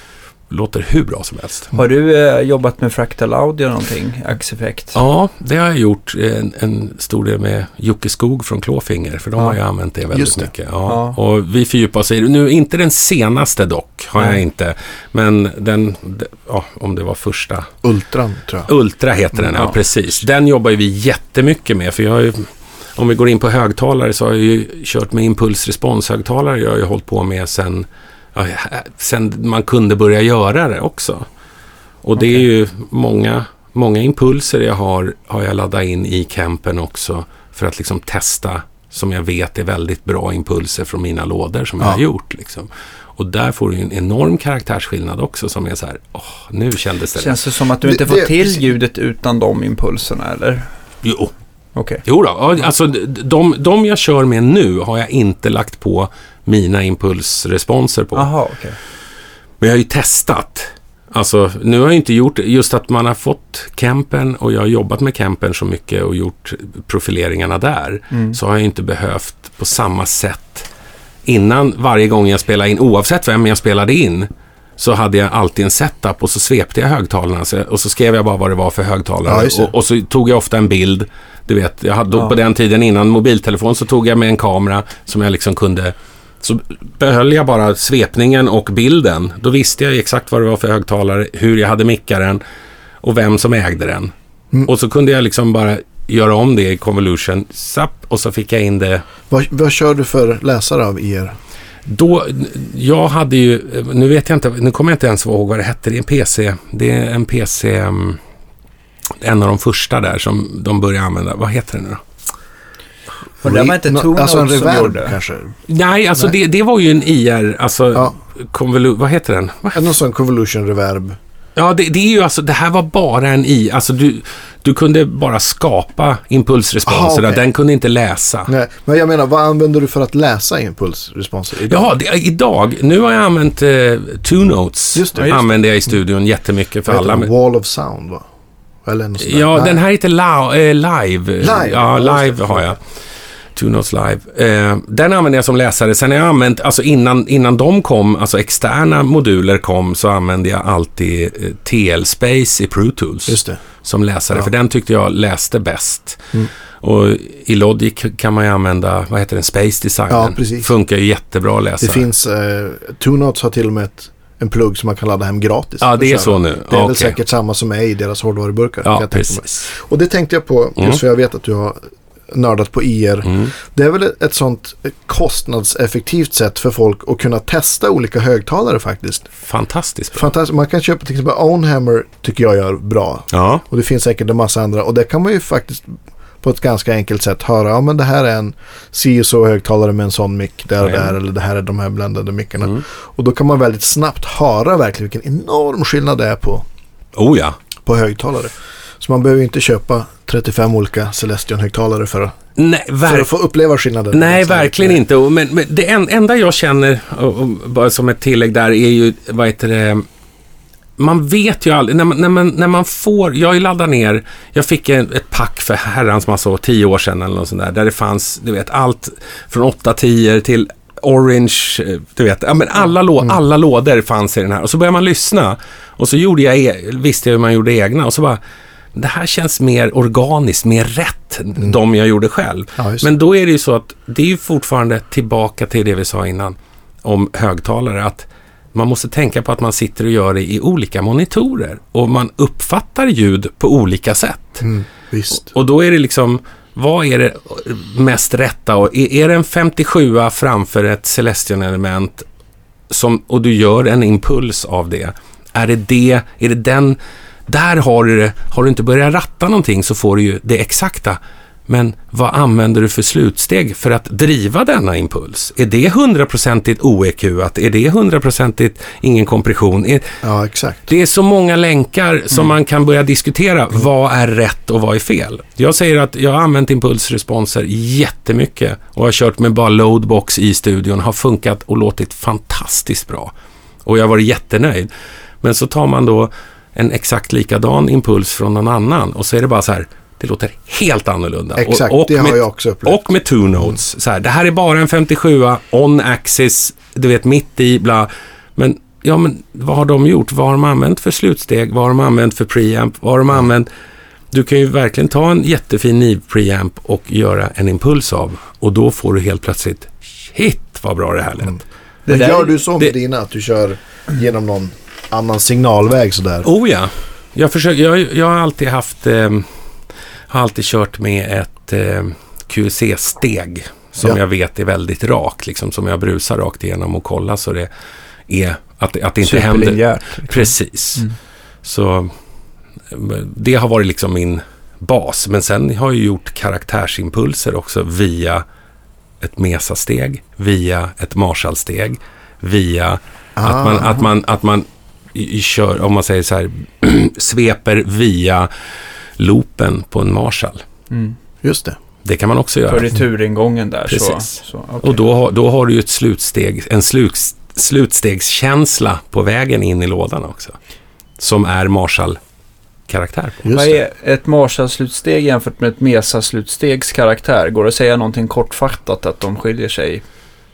låter hur bra som helst. Har du eh, jobbat med Fractal Audio någonting? Axe-effekt? Ja, det har jag gjort en, en stor del med Jocke Skog från Clawfinger, för de ja. har ju använt det väldigt Just det. mycket. Ja. Ja. Och vi fördjupar oss i det. Nu, inte den senaste dock, har jag Nej. inte. Men den, ja, om det var första. Ultran, tror jag. Ultra heter den, ja, Ja. precis. Den jobbar ju vi jättemycket med, för jag har ju, om vi går in på högtalare så har jag ju kört med impulsresponshögtalare. Jag har ju hållit på med sen, ja, sen man kunde börja göra det också. Och det Okej. är ju många, många impulser jag har, har jag laddat in i campen också för att liksom testa, som jag vet är väldigt bra impulser från mina lådor som Ja. jag har gjort. Liksom. Och där får du en enorm karaktärsskillnad också som är så här, åh, nu kändes det. Känns det som att du Det- inte får det- till precis. ljudet utan de impulserna, eller? Jo, Okej. jo då. Ja, alltså de, de jag kör med nu har jag inte lagt på mina impulsresponser på. Jaha, okej. Men jag har ju testat. Alltså, nu har jag inte gjort just att man har fått campen och jag har jobbat med campen så mycket och gjort profileringarna där. Mm. Så har jag inte behövt på samma sätt. Innan varje gång jag spelade in, oavsett vem jag spelade in, så hade jag alltid en setup och så svepte jag högtalarna så, och så skrev jag bara vad det var för högtalare. Ja, just det. och, och så tog jag ofta en bild. Du vet, jag hade, Ja. på den tiden innan mobiltelefon så tog jag med en kamera som jag liksom kunde. Så behöll jag bara svepningen och bilden. Då visste jag exakt vad det var för högtalare, hur jag hade mickaren och vem som ägde den. Mm. Och så kunde jag liksom bara göra om det i Convolution, zapp, och så fick jag in det. Vad, vad kör du för läsare av I R? Då, jag hade ju, nu vet jag inte, nu kommer jag inte ens ihåg vad det hette, det är en P C. Det är en P C, um, en av de första där som de började använda. Vad heter det nu då? Och det var inte Nå- Tonox Alltså en som reverb gjorde. kanske? Nej, alltså Nej. Det, det var ju en I R, alltså, Ja. konvolu, vad heter den? Vad Någon sån convolution reverb. Ja, det, det är ju alltså, det här var bara en i, alltså du, du kunde bara skapa impulsresponser, Aha, okej. den kunde inte läsa. Nej, men jag menar, vad använder du för att läsa impulsresponser idag? Ja, det, idag, nu har jag använt eh, Two Notes, Just det. använder jag i studion jättemycket för Vad heter alla. det? Wall of Sound, va? Eller något sånt där. Ja, Nej. den här heter la, eh, Live. Live, Ja, ja, just Live det. har jag. Two Notes Live. Eh, den använder jag som läsare. Sen har jag använt, alltså innan, innan de kom, alltså externa moduler kom, så använde jag alltid eh, T L Space i Pro Tools. Just det. Som läsare, Ja. för den tyckte jag läste bäst. Mm. Och i Logic kan man ju använda, vad heter den, Space Designen. Ja, precis. Funkar ju jättebra att läsa. Det finns, eh, Two Notes har till och med ett, en plugg som man kan ladda hem gratis. Ja, och det är köra. så nu. Det är Ja, väl okej. säkert samma som är i deras hårdvaruburkar. kan Ja, jag tänka mig. precis. Och det tänkte jag på, just Mm. för jag vet att du har nördat på I R. Mm. Det är väl ett, ett sånt kostnadseffektivt sätt för folk att kunna testa olika högtalare faktiskt. Fantastiskt bra. Fantastiskt. Man kan köpa till exempel Ownhammer, tycker jag gör bra. Ja, Och det finns säkert en massa andra. Och det kan man ju faktiskt på ett ganska enkelt sätt höra. Ja, men det här är en C S O-högtalare med en sån mick där och Ja. där. Eller det här är de här bländade mickarna. Mm. Och då kan man väldigt snabbt höra verkligen vilken enorm skillnad det är på, oh ja. på högtalare. Så man behöver inte köpa trettiofem olika Celestion-högtalare för, Nej, för ver- att få uppleva skillnaden. Nej, verkligen inte. Och, men, men det en, enda jag känner, och, och, bara som ett tillägg där, är ju, vad heter det, man vet ju aldrig, när man, när man, när man får, jag laddar ner, jag fick en, ett pack för herrans massa år, tio år sedan eller något sånt där, där det fanns, du vet, allt från åtta tio till Orange, du vet, ja, men alla, lå- Mm. alla lådor fanns i den här. Och så började man lyssna, och så gjorde jag, e- visste jag hur man gjorde egna, och så bara, det här känns mer organiskt, mer rätt, Mm. de jag gjorde själv. Ja, just Men då är det ju så att det är ju fortfarande tillbaka till det vi sa innan om högtalare, att man måste tänka på att man sitter och gör det i olika monitorer och man uppfattar ljud på olika sätt. Mm, visst. Och då är det liksom, vad är det mest rätta? Och är, är det en femtiosju framför ett Celestion-element som, och du gör en impuls av det? Är det det, är det den, där har du det, har du inte börjat ratta någonting så får du ju det exakta. Men vad använder du för slutsteg för att driva denna impuls? Är det hundraprocentigt O E Q-at? Är det hundraprocentigt ingen kompression? Är, Ja, exakt. det är så många länkar som man kan börja diskutera. Vad är rätt och vad är fel? Jag säger att jag har använt impulsresponser jättemycket och har kört med bara loadbox i studion. Har funkat och låtit fantastiskt bra. Och jag har varit jättenöjd. Men så tar man då en exakt likadan impuls från någon annan och så är det bara så här, det låter helt annorlunda. Exakt, och, och det har med, jag också upplevt. Och med two notes. Så här, det här är bara en femtiosju on axis, du vet, mitt i, bla. Men ja men vad har de gjort? Vad har de använt för slutsteg? Vad har de använt för preamp? Vad har de använt? Du kan ju verkligen ta en jättefin Neve preamp och göra en impuls av. Och då får du helt plötsligt, shit vad bra det här lät. Mm. Det där, gör du så med det, dina, att du kör genom någon annan signalväg sådär? Oh ja. Jag, försöker, jag, jag har alltid haft, eh, har alltid kört med ett eh, Q C-steg som ja. jag vet är väldigt rak, liksom, som jag brusar rakt igenom och kollar så det är att, att det inte händer. Liksom. Precis. Mm. Så det har varit liksom min bas. Men sen har jag gjort karaktärsimpulser också via ett mesasteg, via ett Marshall-steg, via ah. att man, att man, att man i, kör, om man säger så här, sveper via loopen på en Marshall. Mm. Just det. Det kan man också göra. För returingången där. Precis. Så, så, okay. Och då, då har du ju ett slutsteg, en slut, slutstegskänsla på vägen in i lådan också. Som är Marshall-karaktär på. Vad är ett Marshall-slutsteg jämfört med ett Mesa-slutstegs karaktär? Går det att säga någonting kortfattat att de skiljer sig?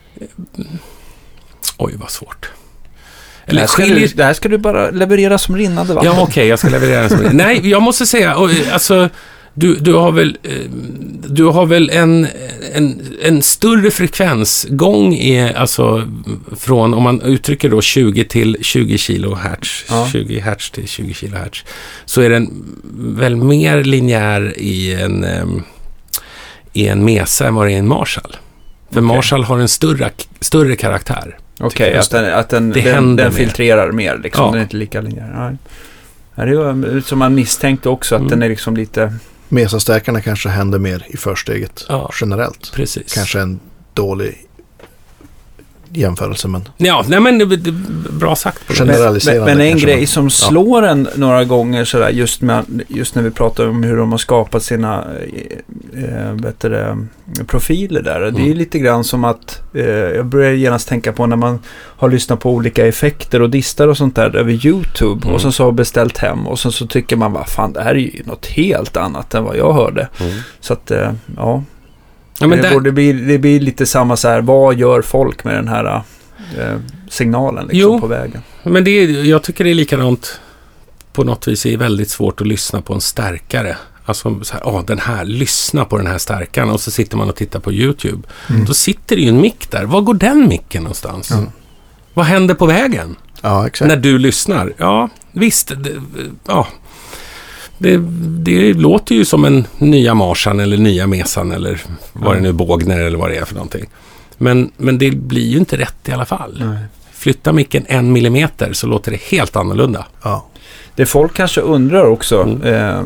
Oj, vad svårt. Eller det, här skiljer... du, det här ska du bara leverera som rinnande vatten. Ja, okej, okay, jag ska leverera som rinnande. Nej, jag måste säga, alltså... Du, du har väl, du har väl en, en, en större frekvensgång i, alltså från, om man uttrycker då tjugo till tjugo kilohertz, ja. tjugo hertz till tjugo kilohertz, så är den väl mer linjär i en, i en Mesa än vad det är i en Marshall. För okay. Marshall har en större, större karaktär. Okej, okay, att den, att den, den, den filtrerar mer, liksom. Ja. Den är inte lika linjär. Ja. Det är som man misstänkte också, att mm. den är liksom lite... Mesastärkarna kanske händer mer i försteget ja, generellt. Precis. Kanske en dålig jämförelse, men... Ja, nej men det är bra sagt. På Generaliserande. Men, men en grej man, som slår ja. en några gånger sådär, just, med, just när vi pratar om hur de har skapat sina äh, vet du, profiler där. Mm. Det är lite grann som att äh, jag börjar genast tänka på när man har lyssnat på olika effekter och distar och sånt där över YouTube mm. och sen så har beställt hem och sen så tycker man, vad fan, det här är ju något helt annat än vad jag hörde. Mm. Så att, äh, ja... Ja, men det, det, blir, det blir lite samma så här, vad gör folk med den här eh, signalen liksom, jo, på vägen? Men det är, jag tycker det är likadant på något vis. Det är väldigt svårt att lyssna på en stärkare. Alltså så här, ah, den här, lyssna på den här stärkaren och så sitter man och tittar på YouTube. Mm. Då sitter det ju en mick där. Var går den micken någonstans? Mm. Vad händer på vägen? Ja, exakt. När du lyssnar? Ja, visst. Det, ja. Det, det låter ju som en nya Marsan eller nya Mesan eller vad det nu bågner eller vad det är för någonting. Men, men det blir ju inte rätt i alla fall. Nej. Flytta micken en millimeter så låter det helt annorlunda. Ja. Det folk kanske undrar också mm. eh,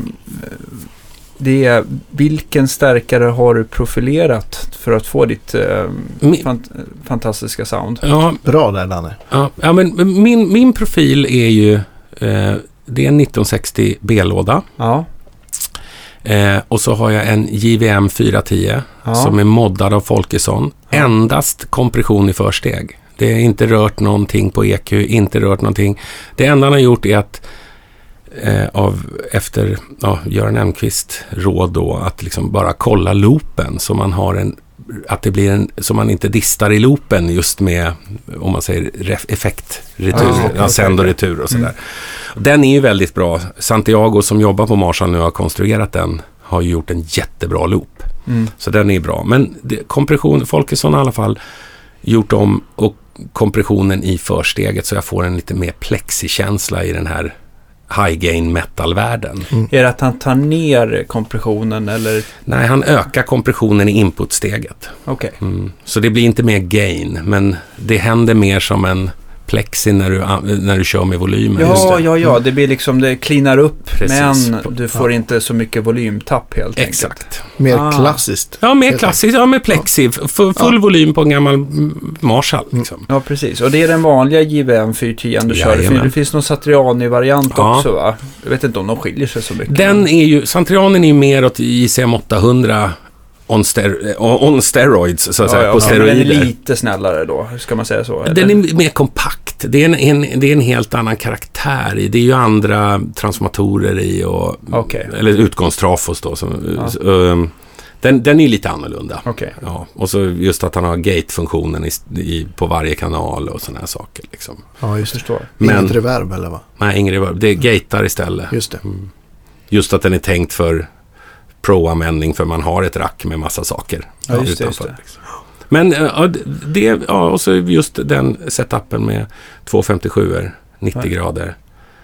det är vilken stärkare har du profilerat för att få ditt eh, min, fant- fantastiska sound? Ja, bra där, Danne. Ja, ja men min, min profil är ju eh, det är en nittonhundrasextio B-låda. Ja. Eh, och så har jag en J V M fyra tio ja. som är moddad av Folkesson. Ja. Endast kompression i försteg. Det är inte rört någonting på E Q, inte rört någonting. Det enda han har gjort är att eh, av, efter ja, Göran Elmqvist råd då, att liksom bara kolla loopen så man har en, att det blir en, så man inte distar i loopen just med, om man säger ref, effekt, retur, ah, okay, sänd och retur och sådär. Mm. Den är ju väldigt bra. Santiago som jobbar på Marshall nu har konstruerat den, har ju gjort en jättebra loop. Mm. Så den är bra. Men det, kompression, Folkesson i alla fall gjort om och kompressionen i försteget så jag får en lite mer plexikänsla i den här high gain metal-världen. Mm. Är det att han tar ner kompressionen eller? Nej, han ökar kompressionen i inputsteget. Okej. Okay. Mm. Så det blir inte mer gain, men det händer mer som en plexi när du, när du kör med volymen. Ja, ja, ja. Det blir liksom, det cleanar upp. Precis. Men du får ja. inte så mycket volymtapp helt enkelt. Exakt. Mer ah. klassiskt. Ja, mer klassiskt. Ja, med plexi. Ja. Full ja. volym på en gammal Marshall. Liksom. Ja, precis. Och det är den vanliga J V M fyra tio du kör. Jajamän. Det finns någon Satriani-variant ja. också, va? Jag vet inte om de skiljer sig så mycket. Den är ju, Satrianen är ju mer åt J C M åttahundra On, ster- on steroids så att säga, ja, ja, på steroider. Den är lite snällare då, ska man säga så? Eller? Den är mer kompakt. Det är en, en, det är en helt annan karaktär i. Det är ju andra transformatorer i och, okay. eller utgångstrafos då. Som, ja. um, Den, den är lite annorlunda. Okay. Ja, och så just att han har gate-funktionen i, i, på varje kanal och såna här saker. Liksom. Ja, just det. Förstår. Men, inget Men, reverb eller va? Nej, ingen reverb. Det är gatar istället. Just det. Mm. Just att den är tänkt för pro-användning för man har ett rack med massa saker. Ja, just det, just det. Liksom. Men ja, det, ja, och så just den setupen med två femtiosju nittio Nej. grader.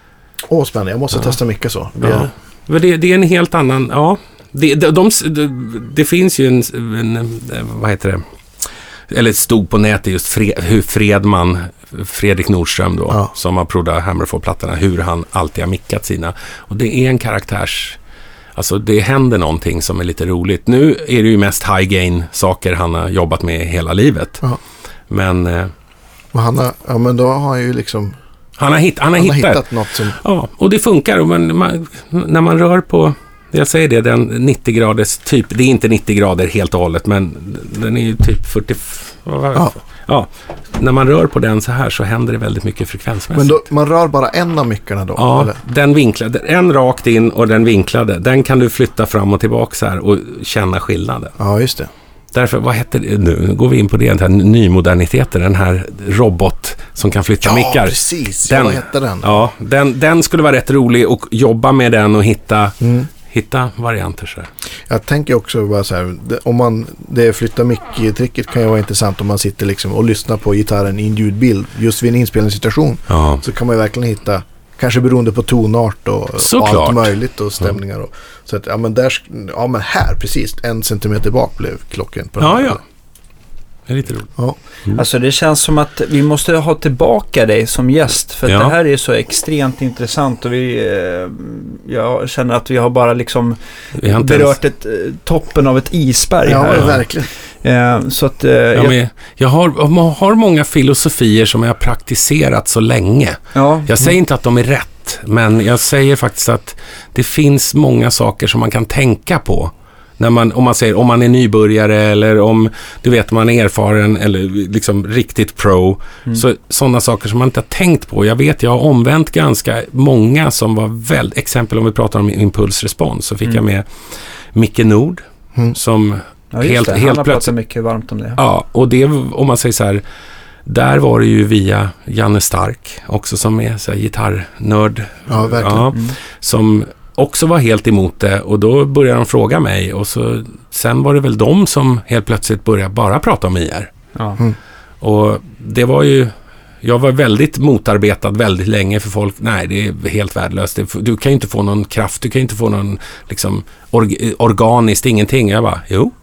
Åh, spännande. Jag måste Ja. testa mycket så. Det, Ja. Det, det är en helt annan, ja. Det, de, de, de, det finns ju en, en, vad heter det? Eller stod på nätet just Fred, hur Fredman, Fredrik Nordström då, Ja. som har proddat Hammerfall-plattorna, hur han alltid har mickat sina. Och det är en karaktärs, alltså det händer någonting som är lite roligt. Nu är det ju mest high gain saker han har jobbat med hela livet. Ja. Men eh, men han har, ja, men då har han ju liksom han har, hitt, han har, han har hittat, hittat något som... ja, och det funkar. Och man, man, när man rör på, jag säger det, den nittio graders typ, det är inte nittio grader helt och hållet, men den är ju typ fyrtio... Ja. Ja, när man rör på den så här så händer det väldigt mycket frekvensmässigt. Men då, man rör bara en av mickarna då? Ja, eller? den vinklade, en rakt in och den vinklade. Den kan du flytta fram och tillbaka så här och känna skillnaden. Ja, just det. Därför, vad heter det nu? Nu går vi in på det, den här nymoderniteten, den här robot som kan flytta Ja, mickar. precis. Den, Ja, vad hette den? Ja, den, den skulle vara rätt rolig och jobba med den och hitta, Mm. hitta varianter så här. Jag tänker också bara så här, det, om man, det flyttar mic-tricket kan ju vara intressant om man sitter liksom och lyssnar på gitarren i en ljudbild. Just vid en inspelningssituation Ja. så kan man ju verkligen hitta, kanske beroende på tonart och, och Såklart. allt möjligt och stämningar. Och, så att, ja men där, ja men här precis, en centimeter bak blev klockan på den Ja, här. ja. Det är lite roligt. Ja. Alltså det känns som att vi måste ha tillbaka dig som gäst. För att Ja. det här är så extremt intressant. Och vi, eh, jag känner att vi har bara liksom Vi har inte berört ett, eh, toppen av ett isberg Ja, här. men verkligen. Eh, så att... Eh, Ja, jag, men jag har, har många filosofier som jag har praktiserat så länge. ja, Jag säger inte att de är rätt, men jag säger faktiskt att det finns många saker som man kan tänka på. När man, om man säger om man är nybörjare eller om du vet man är erfaren eller liksom riktigt pro. Mm. Så sådana saker som man inte har tänkt på. Jag vet, jag har omvänt ganska många som var väldigt, exempel om vi pratar om impulsrespons så fick Mm. jag med Micke Nord Mm. som ja, just helt, det. Han helt har plötsligt... pratat mycket varmt om det. Ja, och det, om man säger så här, där var det ju via Janne Stark, också som är så här gitarrnörd. Ja, verkligen. Ja, Mm. som också var helt emot det och då började de fråga mig och så, sen var det väl de som helt plötsligt började bara prata om I R. Ja. Mm. Och det var ju, jag var väldigt motarbetad väldigt länge för folk, nej det är helt värdelöst, det, du kan ju inte få någon kraft, du kan ju inte få någon liksom org, organiskt, ingenting. Jag bara, jo.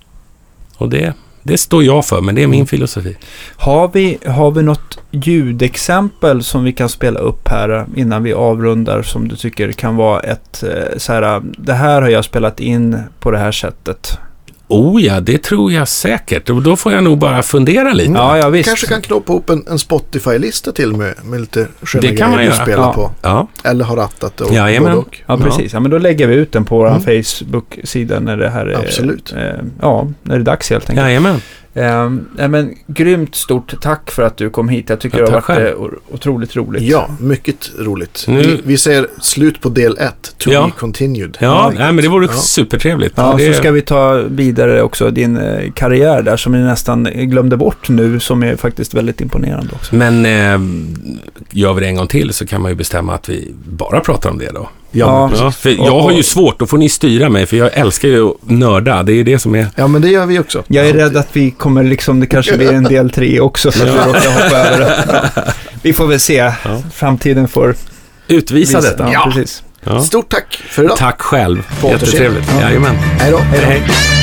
Och det, det står jag för, men det är min filosofi. Har vi, har vi något ljudexempel som vi kan spela upp här innan vi avrundar som du tycker kan vara ett eh, så här, det här har jag spelat in på det här sättet? Oh ja, det tror jag säkert. Och då får jag nog bara fundera lite. Ja, ja visst. Kanske kan knåpa upp en, en Spotify-lista till med, med lite sköna Det kan man grejer du göra. spelar Ja. på. Ja, Eller har rattat det och Jajamän. både och. Ja, precis. Ja, men då lägger vi ut den på vår Mm. Facebook-sida när det här är... Absolut. Eh, ja, när det är dags helt enkelt. jajamän. Eh, ja, men grymt stort tack för att du kom hit. Jag tycker Ja, det har tack varit själv. eh, o- otroligt roligt. Ja, mycket roligt. Nu- Vi, vi säger slut på del ett. To Ja. be continued. Ja, nej, men det vore Ja. supertrevligt. Ja, det, så ska vi ta vidare också din eh, karriär där som ni nästan glömde bort nu, som är faktiskt väldigt imponerande också. Men eh, gör vi det en gång till så kan man ju bestämma att vi bara pratar om det då. Ja, Ja, Ja, för jag har ju svårt, då får ni styra mig, för jag älskar ju att nörda. Det är ju det som är... ja, men det gör vi också. Jag är rädd att vi kommer liksom, det kanske blir en del tre också så att vi råkar hoppa över det. Ja. Vi får väl se. Ja. Framtiden får Utvisa visa. detta. Ja, Ja. precis. Ja. Stort tack för idag. Tack själv. På återseende. Jättetrevligt. Ja. Jajamän. Hej då. Hej, hej.